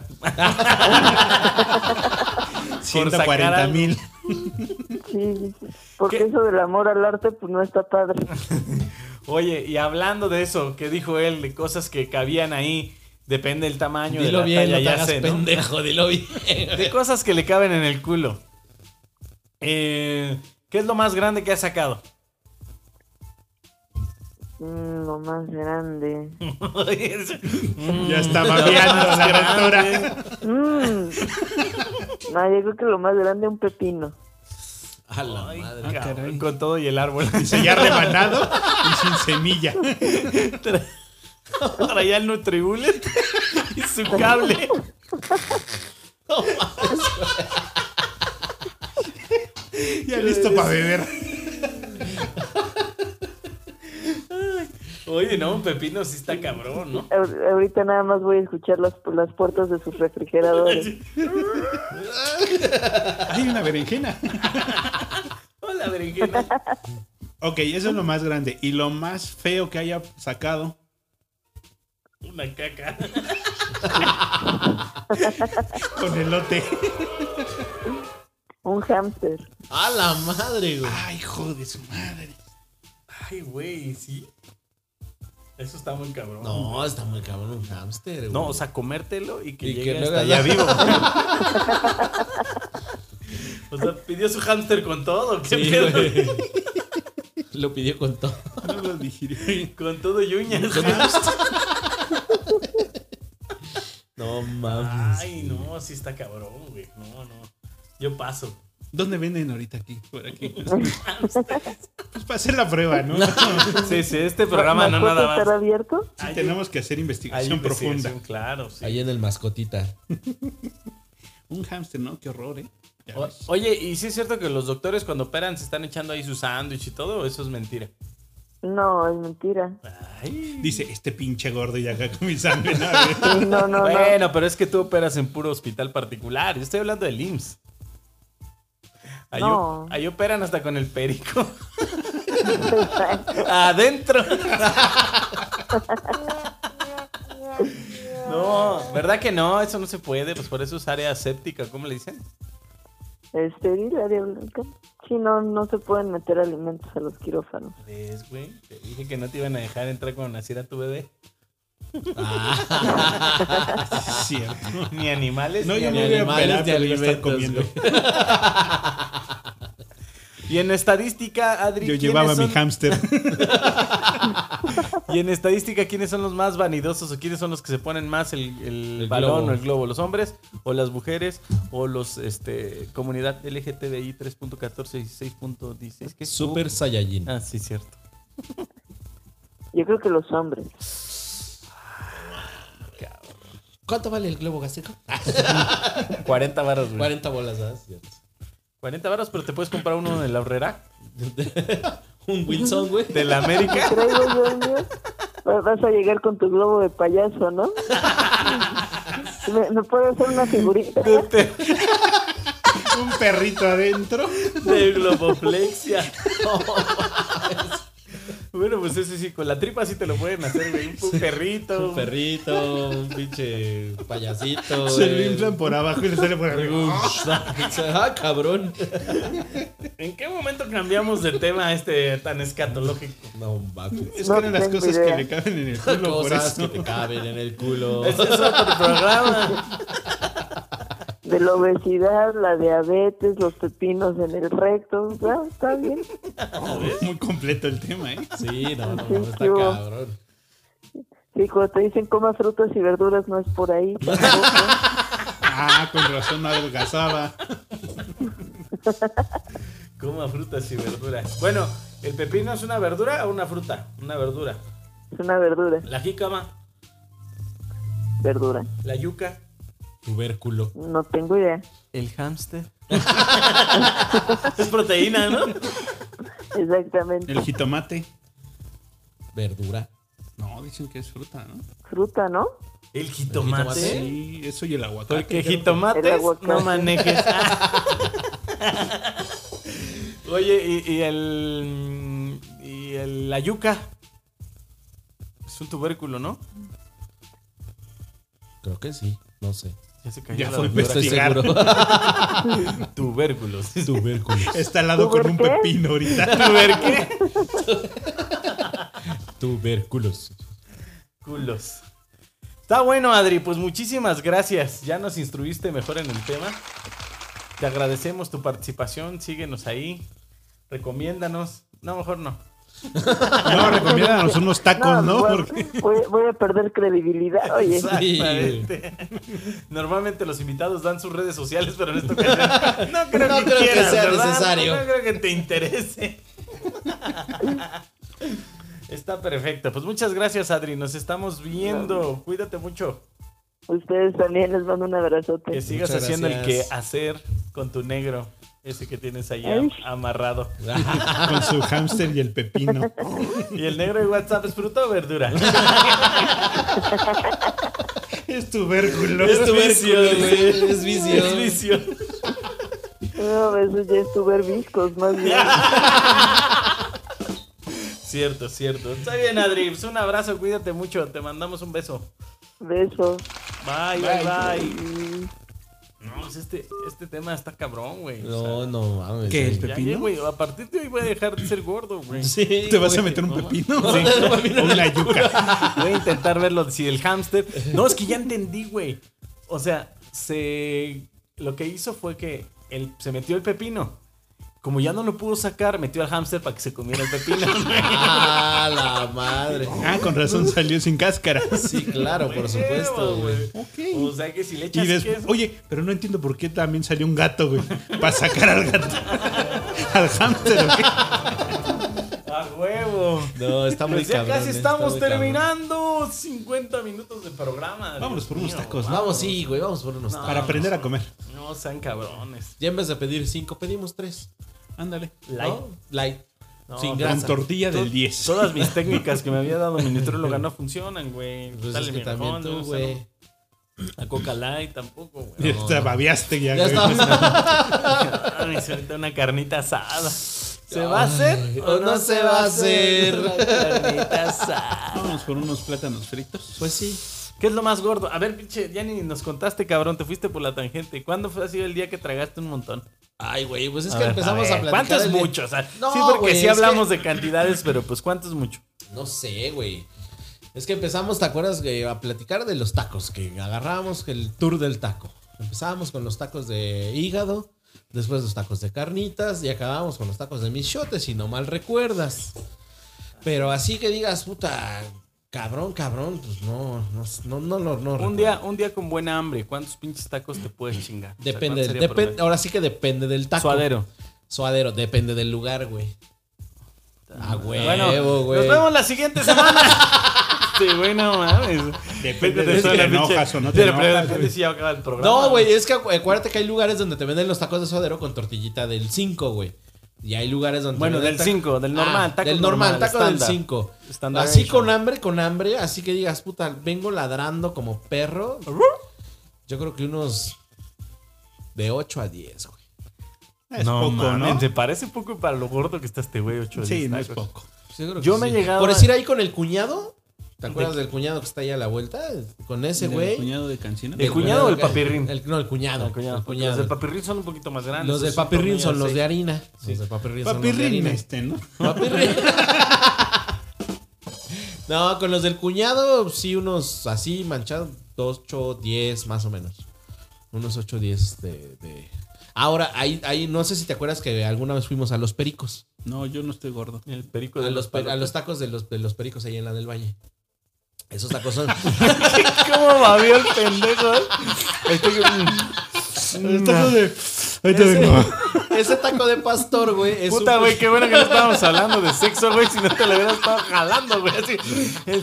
ciento sacar cuarenta algo. mil. Sí, sí, sí. Porque ¿Qué? eso del amor al arte, pues no está padre. Oye, y hablando de eso, que dijo él, de cosas que cabían ahí, depende del tamaño, de Dilo la bien, talla, no te ya hagas sé, ¿no? pendejo, dilo bien. De cosas que le caben en el culo. Eh, ¿Qué es lo más grande que has sacado? Mm, lo más grande. Ya está babeando la doctora. Mm. No, yo creo que lo más grande es un pepino. A la Ay, madre. Ah, cabrón, caray. con todo y el árbol. Dice ya rebanado y sin semilla. Traía el Nutribullet y su cable. Ya listo para beber. Oye, no, un pepino sí está cabrón, ¿no? Ahor- Ahorita nada más voy a escuchar las, las puertas de sus refrigeradores. Hay una berenjena. Hola, berenjena. Ok, eso es lo más grande. Y lo más feo que haya sacado. Una caca. Con elote. Un hámster. A la madre, güey. Ay, hijo de su madre. Ay, güey, sí. Eso está muy cabrón. No, está muy cabrón un hámster, güey. No, o sea, comértelo y que Y llegue que no hasta haga allá nada. vivo. O sea, pidió su hámster con todo. ¿Qué Sí, pedo? güey. Lo pidió con todo. No lo digirió. Con todo y uñas. No mames. Ay, no, sí está cabrón, güey. No, no. Yo paso. ¿Dónde venden ahorita aquí? Por aquí. Pues para hacer la prueba, ¿no? Sí, sí, este programa no ¿Mascota nada estará más. abierto? Sí, Hay- tenemos que hacer Hay investigación investigación, profunda. claro, sí. Ahí en el mascotita. Un hámster, ¿no? Qué horror, ¿eh? Ya O- ves. oye, ¿y sí es cierto que los doctores cuando operan se están echando ahí su sándwich y todo? ¿O eso es mentira? No, es mentira. Ay. Dice, este pinche gordo y acá con mi sangre. ¿no? Sí, no, no, no. Bueno, pero es que tú operas en puro hospital particular. Yo estoy hablando del I M S S. Ahí, No. o- ahí operan hasta con el perico. Adentro. No, ¿verdad que no? Eso no se puede. Pues por eso es área séptica. ¿Cómo le dicen? Estéril, área blanca. Sí, no, no se pueden meter alimentos a los quirófanos. ¿Ves, güey? Te dije que no te iban a dejar entrar cuando naciera tu bebé. Cierto. Ni animales, No, ni yo no animales. voy a operar, Animales de pero voy a estar alimentos, comiendo. Y en estadística, Adri, Yo ¿quiénes llevaba mi son- hámster. Y en estadística, ¿quiénes son los más vanidosos o quiénes son los que se ponen más el, el El balón globo. o el globo? ¿Los hombres o las mujeres o los este comunidad L G T B I tres punto catorce y seis punto dieciséis? ¿Qué es? Super Saiyajin. Ah, sí, cierto. Yo creo que los hombres. ¿Cuánto vale el globo gástrico? cuarenta varos, güey. cuarenta bolas, ¿sabes? cuarenta varos, pero te puedes comprar uno en la horrera Un Wilson, güey. de la América. Traigo yo el mío. Va- Vas a llegar con tu globo de payaso, ¿no? ¿Me, me puede hacer una figurita? De, Un perrito adentro. de globoplexia. Bueno, pues ese sí, con la tripa sí te lo pueden hacer, güey. Un, un perrito. Un perrito, un pinche payasito. Se lo güey. inflan por abajo y le sale por arriba. Ah, cabrón. ¿En qué momento cambiamos de tema este tan escatológico? No, mames. Es No que eran las tengo cosas idea. que le caben en el culo, por Cosas eso. que te caben en el culo. Este es otro programa. De la obesidad, la diabetes, los pepinos en el recto. Ah, está bien. Muy completo el tema, ¿eh? Sí, no, no, Sí, no, está ¿qué hubo? cabrón. Sí, cuando te dicen coma frutas y verduras, no es por ahí. tampoco. Ah, con razón no adelgazaba. Coma frutas y verduras. Bueno, ¿el pepino es una verdura o una fruta? Una verdura. Es una verdura. La jícama, Verdura. la yuca, Tubérculo. No tengo idea. el hámster. Es proteína, ¿no? Exactamente. El jitomate. Verdura. No, dicen que es fruta, ¿no? Fruta, ¿no? El jitomate. jitomate? Sí, eso y el aguacate. Porque creo que- jitomates El aguacate. no manejes. Oye, y, y el. Y el, la yuca. Es un tubérculo, ¿no? Creo que sí, no sé. Ya se cayó Ya la fue a doctora. Estoy investigar. seguro. Tubérculos. Tubérculo. Está al lado con un ¿Tuber qué? pepino ahorita. ¿Tuber qué? Tubérculos. Culos. Está bueno, Adri. Pues muchísimas gracias. Ya nos instruiste mejor en el tema. Te agradecemos tu participación. Síguenos ahí. Recomiéndanos. No, mejor no. No, recomiéndanos unos tacos, ¿no? voy, Porque... voy, voy a perder credibilidad, oye. Exactamente. Normalmente los invitados dan sus redes sociales, pero en esta ocasión no creo, No que, creo que quieras, sea ¿verdad? necesario. No creo que te interese. Está perfecto. Pues muchas gracias, Adri. Nos estamos viendo. Cuídate mucho. Ustedes también les mando un abrazote. Que sigas Muchas haciendo gracias. el que hacer con tu negro. Ese que tienes ahí Ay. am- amarrado. Con su hámster y el pepino. Y el negro de WhatsApp, ¿es fruta o verdura? Es tubérculo. Es tubérculo, vicio, güey. Es vicio. Es vicio. No, eso ya es tu ver viscos, más bien. Cierto, cierto. Está bien, Adri. Pues un abrazo, cuídate mucho. Te mandamos un beso. Beso. Bye, bye, bye. Y- No, pues este, este tema está cabrón, güey. O No, sea, no mames. ¿Qué, el güey. ya, pepino? ya, güey, a partir de hoy voy a dejar de ser gordo, güey. Sí, ¿Te vas a güey. meter un no, pepino? no, Sí. no, O una yuca. Voy a intentar verlo si el hámster. No, es que ya entendí, güey. O sea, se lo que hizo fue que él se metió el pepino. Como ya no lo pudo sacar, metió al hámster para que se comiera el pepino. Ah, la madre. Ah, con razón salió sin cáscara. Sí, claro, por supuesto, güey. Ok. O sea que si le echas Y después, queso- oye, pero no entiendo por qué también salió un gato, güey. Para sacar al gato. Al hámster, ¿o qué? ¡A huevo! No, está muy Pues ya cabrón. casi eh, estamos está muy cabrón. terminando cincuenta minutos de programa. Vámonos Dios por unos mío, tacos, ¿no? Vamos, sí, güey, vamos por unos No. tacos. Para aprender a comer. No sean cabrones. Ya en vez de pedir cinco, pedimos tres. Ándale. Light. ¿No? Light. No, Sin con grasa. Con tortilla del To- diez. Todas mis técnicas que me había dado mi nutróloga no funcionan, güey. Pues Dale es que mi también mejor, tú, no, güey. o sea, no. La Coca Light tampoco, güey. Ya te babiaste ya, Ya güey. está. Ay, se ahorita una carnita asada. ¿Se va a hacer o no se va a hacer? Una carnita asada. Vámonos por unos plátanos fritos. Pues sí. ¿Qué es lo más gordo? A ver, pinche, ya ni nos contaste, cabrón. Te fuiste por la tangente. ¿Cuándo fue así el día que tragaste un montón? Ay, güey, pues es A que ver, empezamos a, ver, platicar. ¿Cuánto es el- mucho? O sea, No, sí, porque güey, sí es hablamos que- de cantidades, pero pues ¿cuánto es mucho? No sé, güey. Es que empezamos, ¿te acuerdas? Que a platicar de los tacos, que agarrábamos el tour del taco. Empezábamos con los tacos de hígado, después los tacos de carnitas y acabamos con los tacos de michotes, si no mal recuerdas. Pero así que digas, puta, cabrón, cabrón, pues no, no, no, no, no, no Un recuerdo. día, un día con buena hambre, ¿cuántos pinches tacos te puedes chingar? O sea, Depende, ¿cuánto sería depende, promedio? ahora sí que depende del taco. Suadero. Suadero, depende del lugar, güey. A huevo, Bueno, güey. nos vemos la siguiente semana. Sí, güey, no mames. Depende Te de si suena, te pinche- enojas o no te de repente enojas, güey. sí ya acaba el programa. No, güey, es que acu- acuérdate que hay lugares donde te venden los tacos de suadero con tortillita del cinco, güey. Y hay lugares donde... Bueno, te venden del taco- cinco, del normal, Ah, taco del normal, normal, taco del estándar. cinco. Standard Así Action. con hambre, con hambre, así que digas, puta, vengo ladrando como perro. Yo creo que unos de ocho a diez, güey. Es no, poco, mames, ¿no? te parece poco para lo gordo que está este güey, ocho Sí, diez no es tacos. poco. Yo, creo que Yo me he llegado Por a- decir ahí con el cuñado, ¿te acuerdas del cuñado que está ahí a la vuelta? Con ese ¿El güey. cuñado de Cancino? ¿El cuñado o el papirrín? El- no, el cuñado. El cuñado, el porque cuñado. Los del papirrín son un poquito más grandes. Los del esos papirrín son tornillos, los sí. de harina. Los del papirrín son los de Papirrín harina. este, ¿no? Papirrín. No, con los del cuñado, sí, unos así manchados, ocho, diez más o menos. Unos ocho, diez de, de... Ahora, ahí, ahí, no sé si te acuerdas que alguna vez fuimos a Los Pericos. No, yo no estoy gordo. El perico A de los, los, pe- a palotes. los tacos de los, de los Pericos ahí en la del Valle. Esos tacos son... ¿Cómo babió el pendejo? Estoy- El taco de... Ahí te ese, vengo. ese taco de pastor, güey, es Puta, un- güey, qué bueno que no estábamos hablando de sexo, güey, si no te lo hubieras estado jalando, güey, así. Es-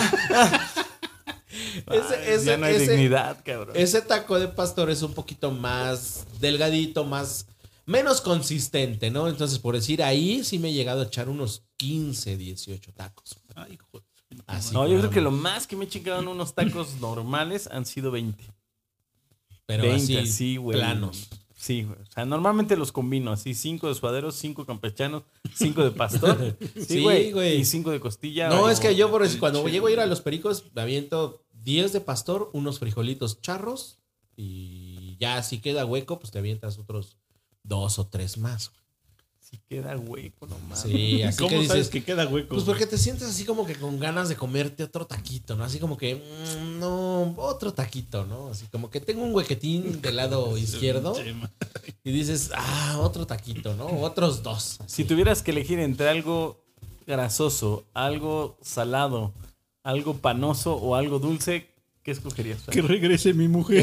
Ese, Ay, ese, ya no hay ese- dignidad, cabrón. ese taco de pastor es un poquito más delgadito, más menos consistente, ¿no? Entonces, por decir, ahí sí me he llegado a echar unos quince, dieciocho tacos. Ay, joder. Así No, yo como- creo que lo más que me he chingado en unos tacos normales han sido veinte. Pero veinte, así, sí, güey. planos. Sí, güey. O sea, normalmente los combino así: cinco de suaderos, cinco campechanos, cinco de pastor. Sí, Sí, güey. güey. Y cinco de costilla. No, o- es que yo por decir, cuando llego a ir a los Pericos, me aviento diez de pastor, unos frijolitos charros y ya si queda hueco, pues te avientas otros dos o tres más. Sí queda hueco nomás. Sí, así ¿Cómo que sabes dices, que queda hueco? pues porque te sientes así como que con ganas de comerte otro taquito, ¿no? Así como que, mm, no, otro taquito, ¿no? Así como que tengo un huequetín del lado izquierdo Chema. y dices, ah, otro taquito, ¿no? Otros dos. así. Si tuvieras que elegir entre algo grasoso, algo salado, algo panoso o algo dulce, ¿qué escogerías? Que regrese mi mujer.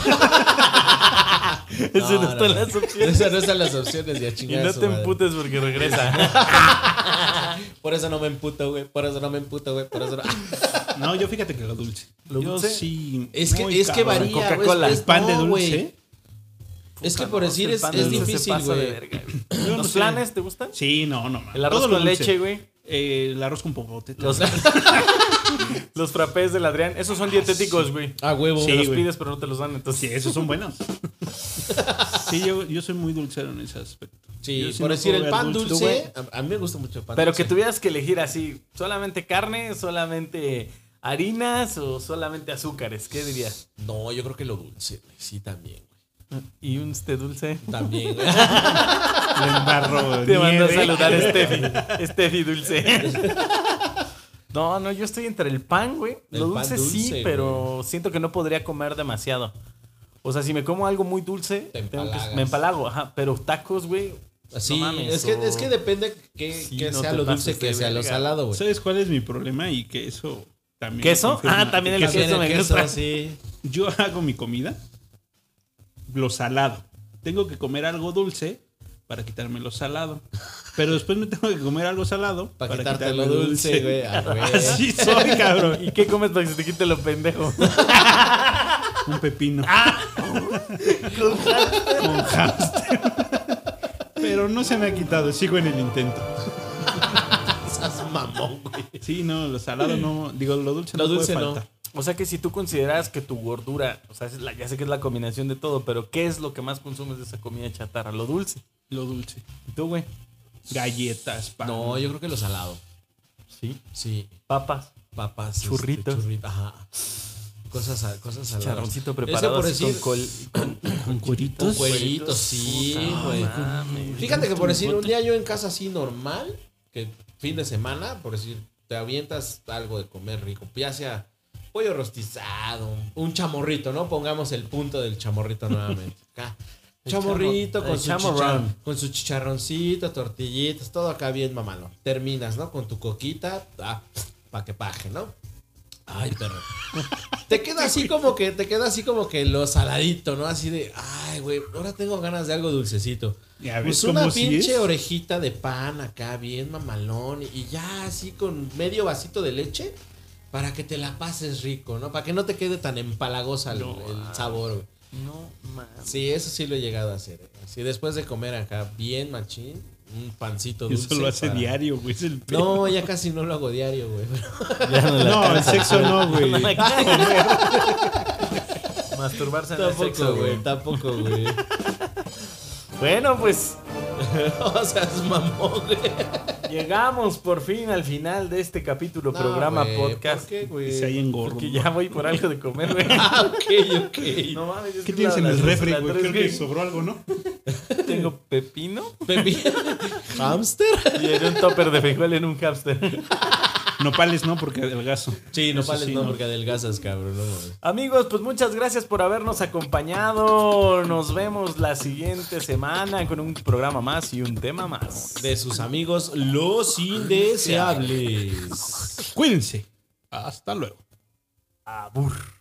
Eso no, no están no. las opciones. Esas no están las opciones, ya Y chingada. no su te madre. emputes porque regresa. Por eso no me emputo, güey. Por eso no me emputo, güey. Por eso no. No, yo fíjate que lo dulce. ¿Lo Yo dulce? sí. Es que, muy es que cabrón. varía, güey. Coca-Cola. Es- El pan de no, güey. dulce. Es que Puta, por no, decir el es, pan de es dulce se difícil, pasa de güey. verga, güey. Yo no ¿Los sé. flanes te gustan? Sí, no, no. man. El arroz Todo lo con dulce. leche, güey. Eh, el arroz con popote. Los... Los frappés del Adrián. Esos son dietéticos, güey. Ah, huevo. Sí, Te los güey. pides, pero no te los dan. Entonces, Sí, esos son buenos. Sí, yo, yo soy muy dulcero en ese aspecto. Sí, Yo sí por no decir puedo el ver pan dulce. dulce. A, a mí me gusta mucho el pan pero dulce. que tuvieras que elegir así, solamente carne, solamente harinas o solamente azúcares. ¿Qué dirías? No, yo creo que lo dulce, güey. Sí, también, güey. ¿Y un té dulce? También, güey. Le embarro Te mando a nieve. saludar, Steffi. Steffi dulce. No, no, yo estoy entre el pan, güey. Lo El pan dulce, sí, dulce, pero siento que no podría comer demasiado. O sea, si me como algo muy dulce, Te tengo que- empalagas. me empalago, ajá. Pero tacos, güey. Sí, no mames, es, que, o- es que depende que, Sí, que no sea te lo dulce, pases de que sea lo verga. salado, güey. ¿Sabes cuál es mi problema? Y que eso también. ¿Queso? lo confirma. Ah, también el Queso. queso me También el gusta. sí. Yo hago mi comida, lo salado. Tengo que comer algo dulce para quitarme lo salado. Pero después me tengo que comer algo salado Para, para, quitarte quitarme lo dulce, güey. Ah, güey. Así soy, cabrón. ¿Y qué comes para que se te quite lo pendejo? Un pepino. Ah. Con hámster. Pero no se me ha quitado, sigo en el intento. Seas mamón, güey. Sí, no, lo salado no. Digo, lo dulce Lo no dulce puede no. faltar. O sea que si tú consideras que tu gordura, o sea, es la- ya sé que es la combinación de todo, pero ¿qué es lo que más consumes de esa comida chatarra? Lo dulce. Lo dulce. ¿Y tú, güey? Galletas, pan. No, yo creo que lo salado. Sí. Sí. Papas. Papas. este, Churritos. churrita, ajá. Cosas, sal- cosas saladas. Chicharroncito Es que preparado por así decir, con col. Con, Con con cueritos. cueritos, sí, Puta güey. mames. Fíjate que por decir, un día yo en casa así normal, que fin de semana, por decir, te avientas algo de comer rico, ya sea pollo rostizado, un chamorrito, ¿no? Pongamos el punto del chamorrito nuevamente. Acá. El Chamorrito chamo- con el su, chamorrón. chicharrón, con su chicharroncito, tortillitas, todo acá bien mamalo. Terminas, ¿no? Con tu coquita, ah, pa' que paje, ¿no? Ay, perro. Te queda así como que, te queda así como que lo saladito, ¿no? Así de, ay, güey, ahora tengo ganas de algo dulcecito. Ya ves Pues una cómo sí pinche es. orejita de pan acá, bien mamalón, y ya así con medio vasito de leche para que te la pases rico, ¿no? Para que no te quede tan empalagosa el, No, el ah. sabor, güey. No mames. Sí, eso sí lo he llegado a hacer. ¿eh? Así después de comer acá bien machín, un pancito dulce. Eso lo hace para- diario, güey. Es el pedo. No, ya casi no lo hago diario, güey. Ya no, la No, el alcanza. sexo no, güey. Masturbarse en el Tampoco, sexo, güey, güey. tampoco, güey. Bueno, pues O sea, es mamón, güey. llegamos por fin al final de este capítulo, No, programa, güey, podcast. ¿Por qué, güey? Se hay engordo. Porque ya voy por algo de comer, güey. Ah, ok, ok. No mames, es ¿Qué que tienes la- en el las- refri, las güey? tres, Creo que sobró algo, ¿no? Tengo pepino Pepi. ¿Hamster? y en un topper de frijol en un hamster. Nopales no, porque adelgazo. Sí, no Eso pales, sí, no, no. porque adelgazas, cabrón. No, mames. Amigos, pues muchas gracias por habernos acompañado. Nos vemos la siguiente semana con un programa más y un tema más. De sus amigos, los indeseables. Cuídense. Hasta luego. Abur.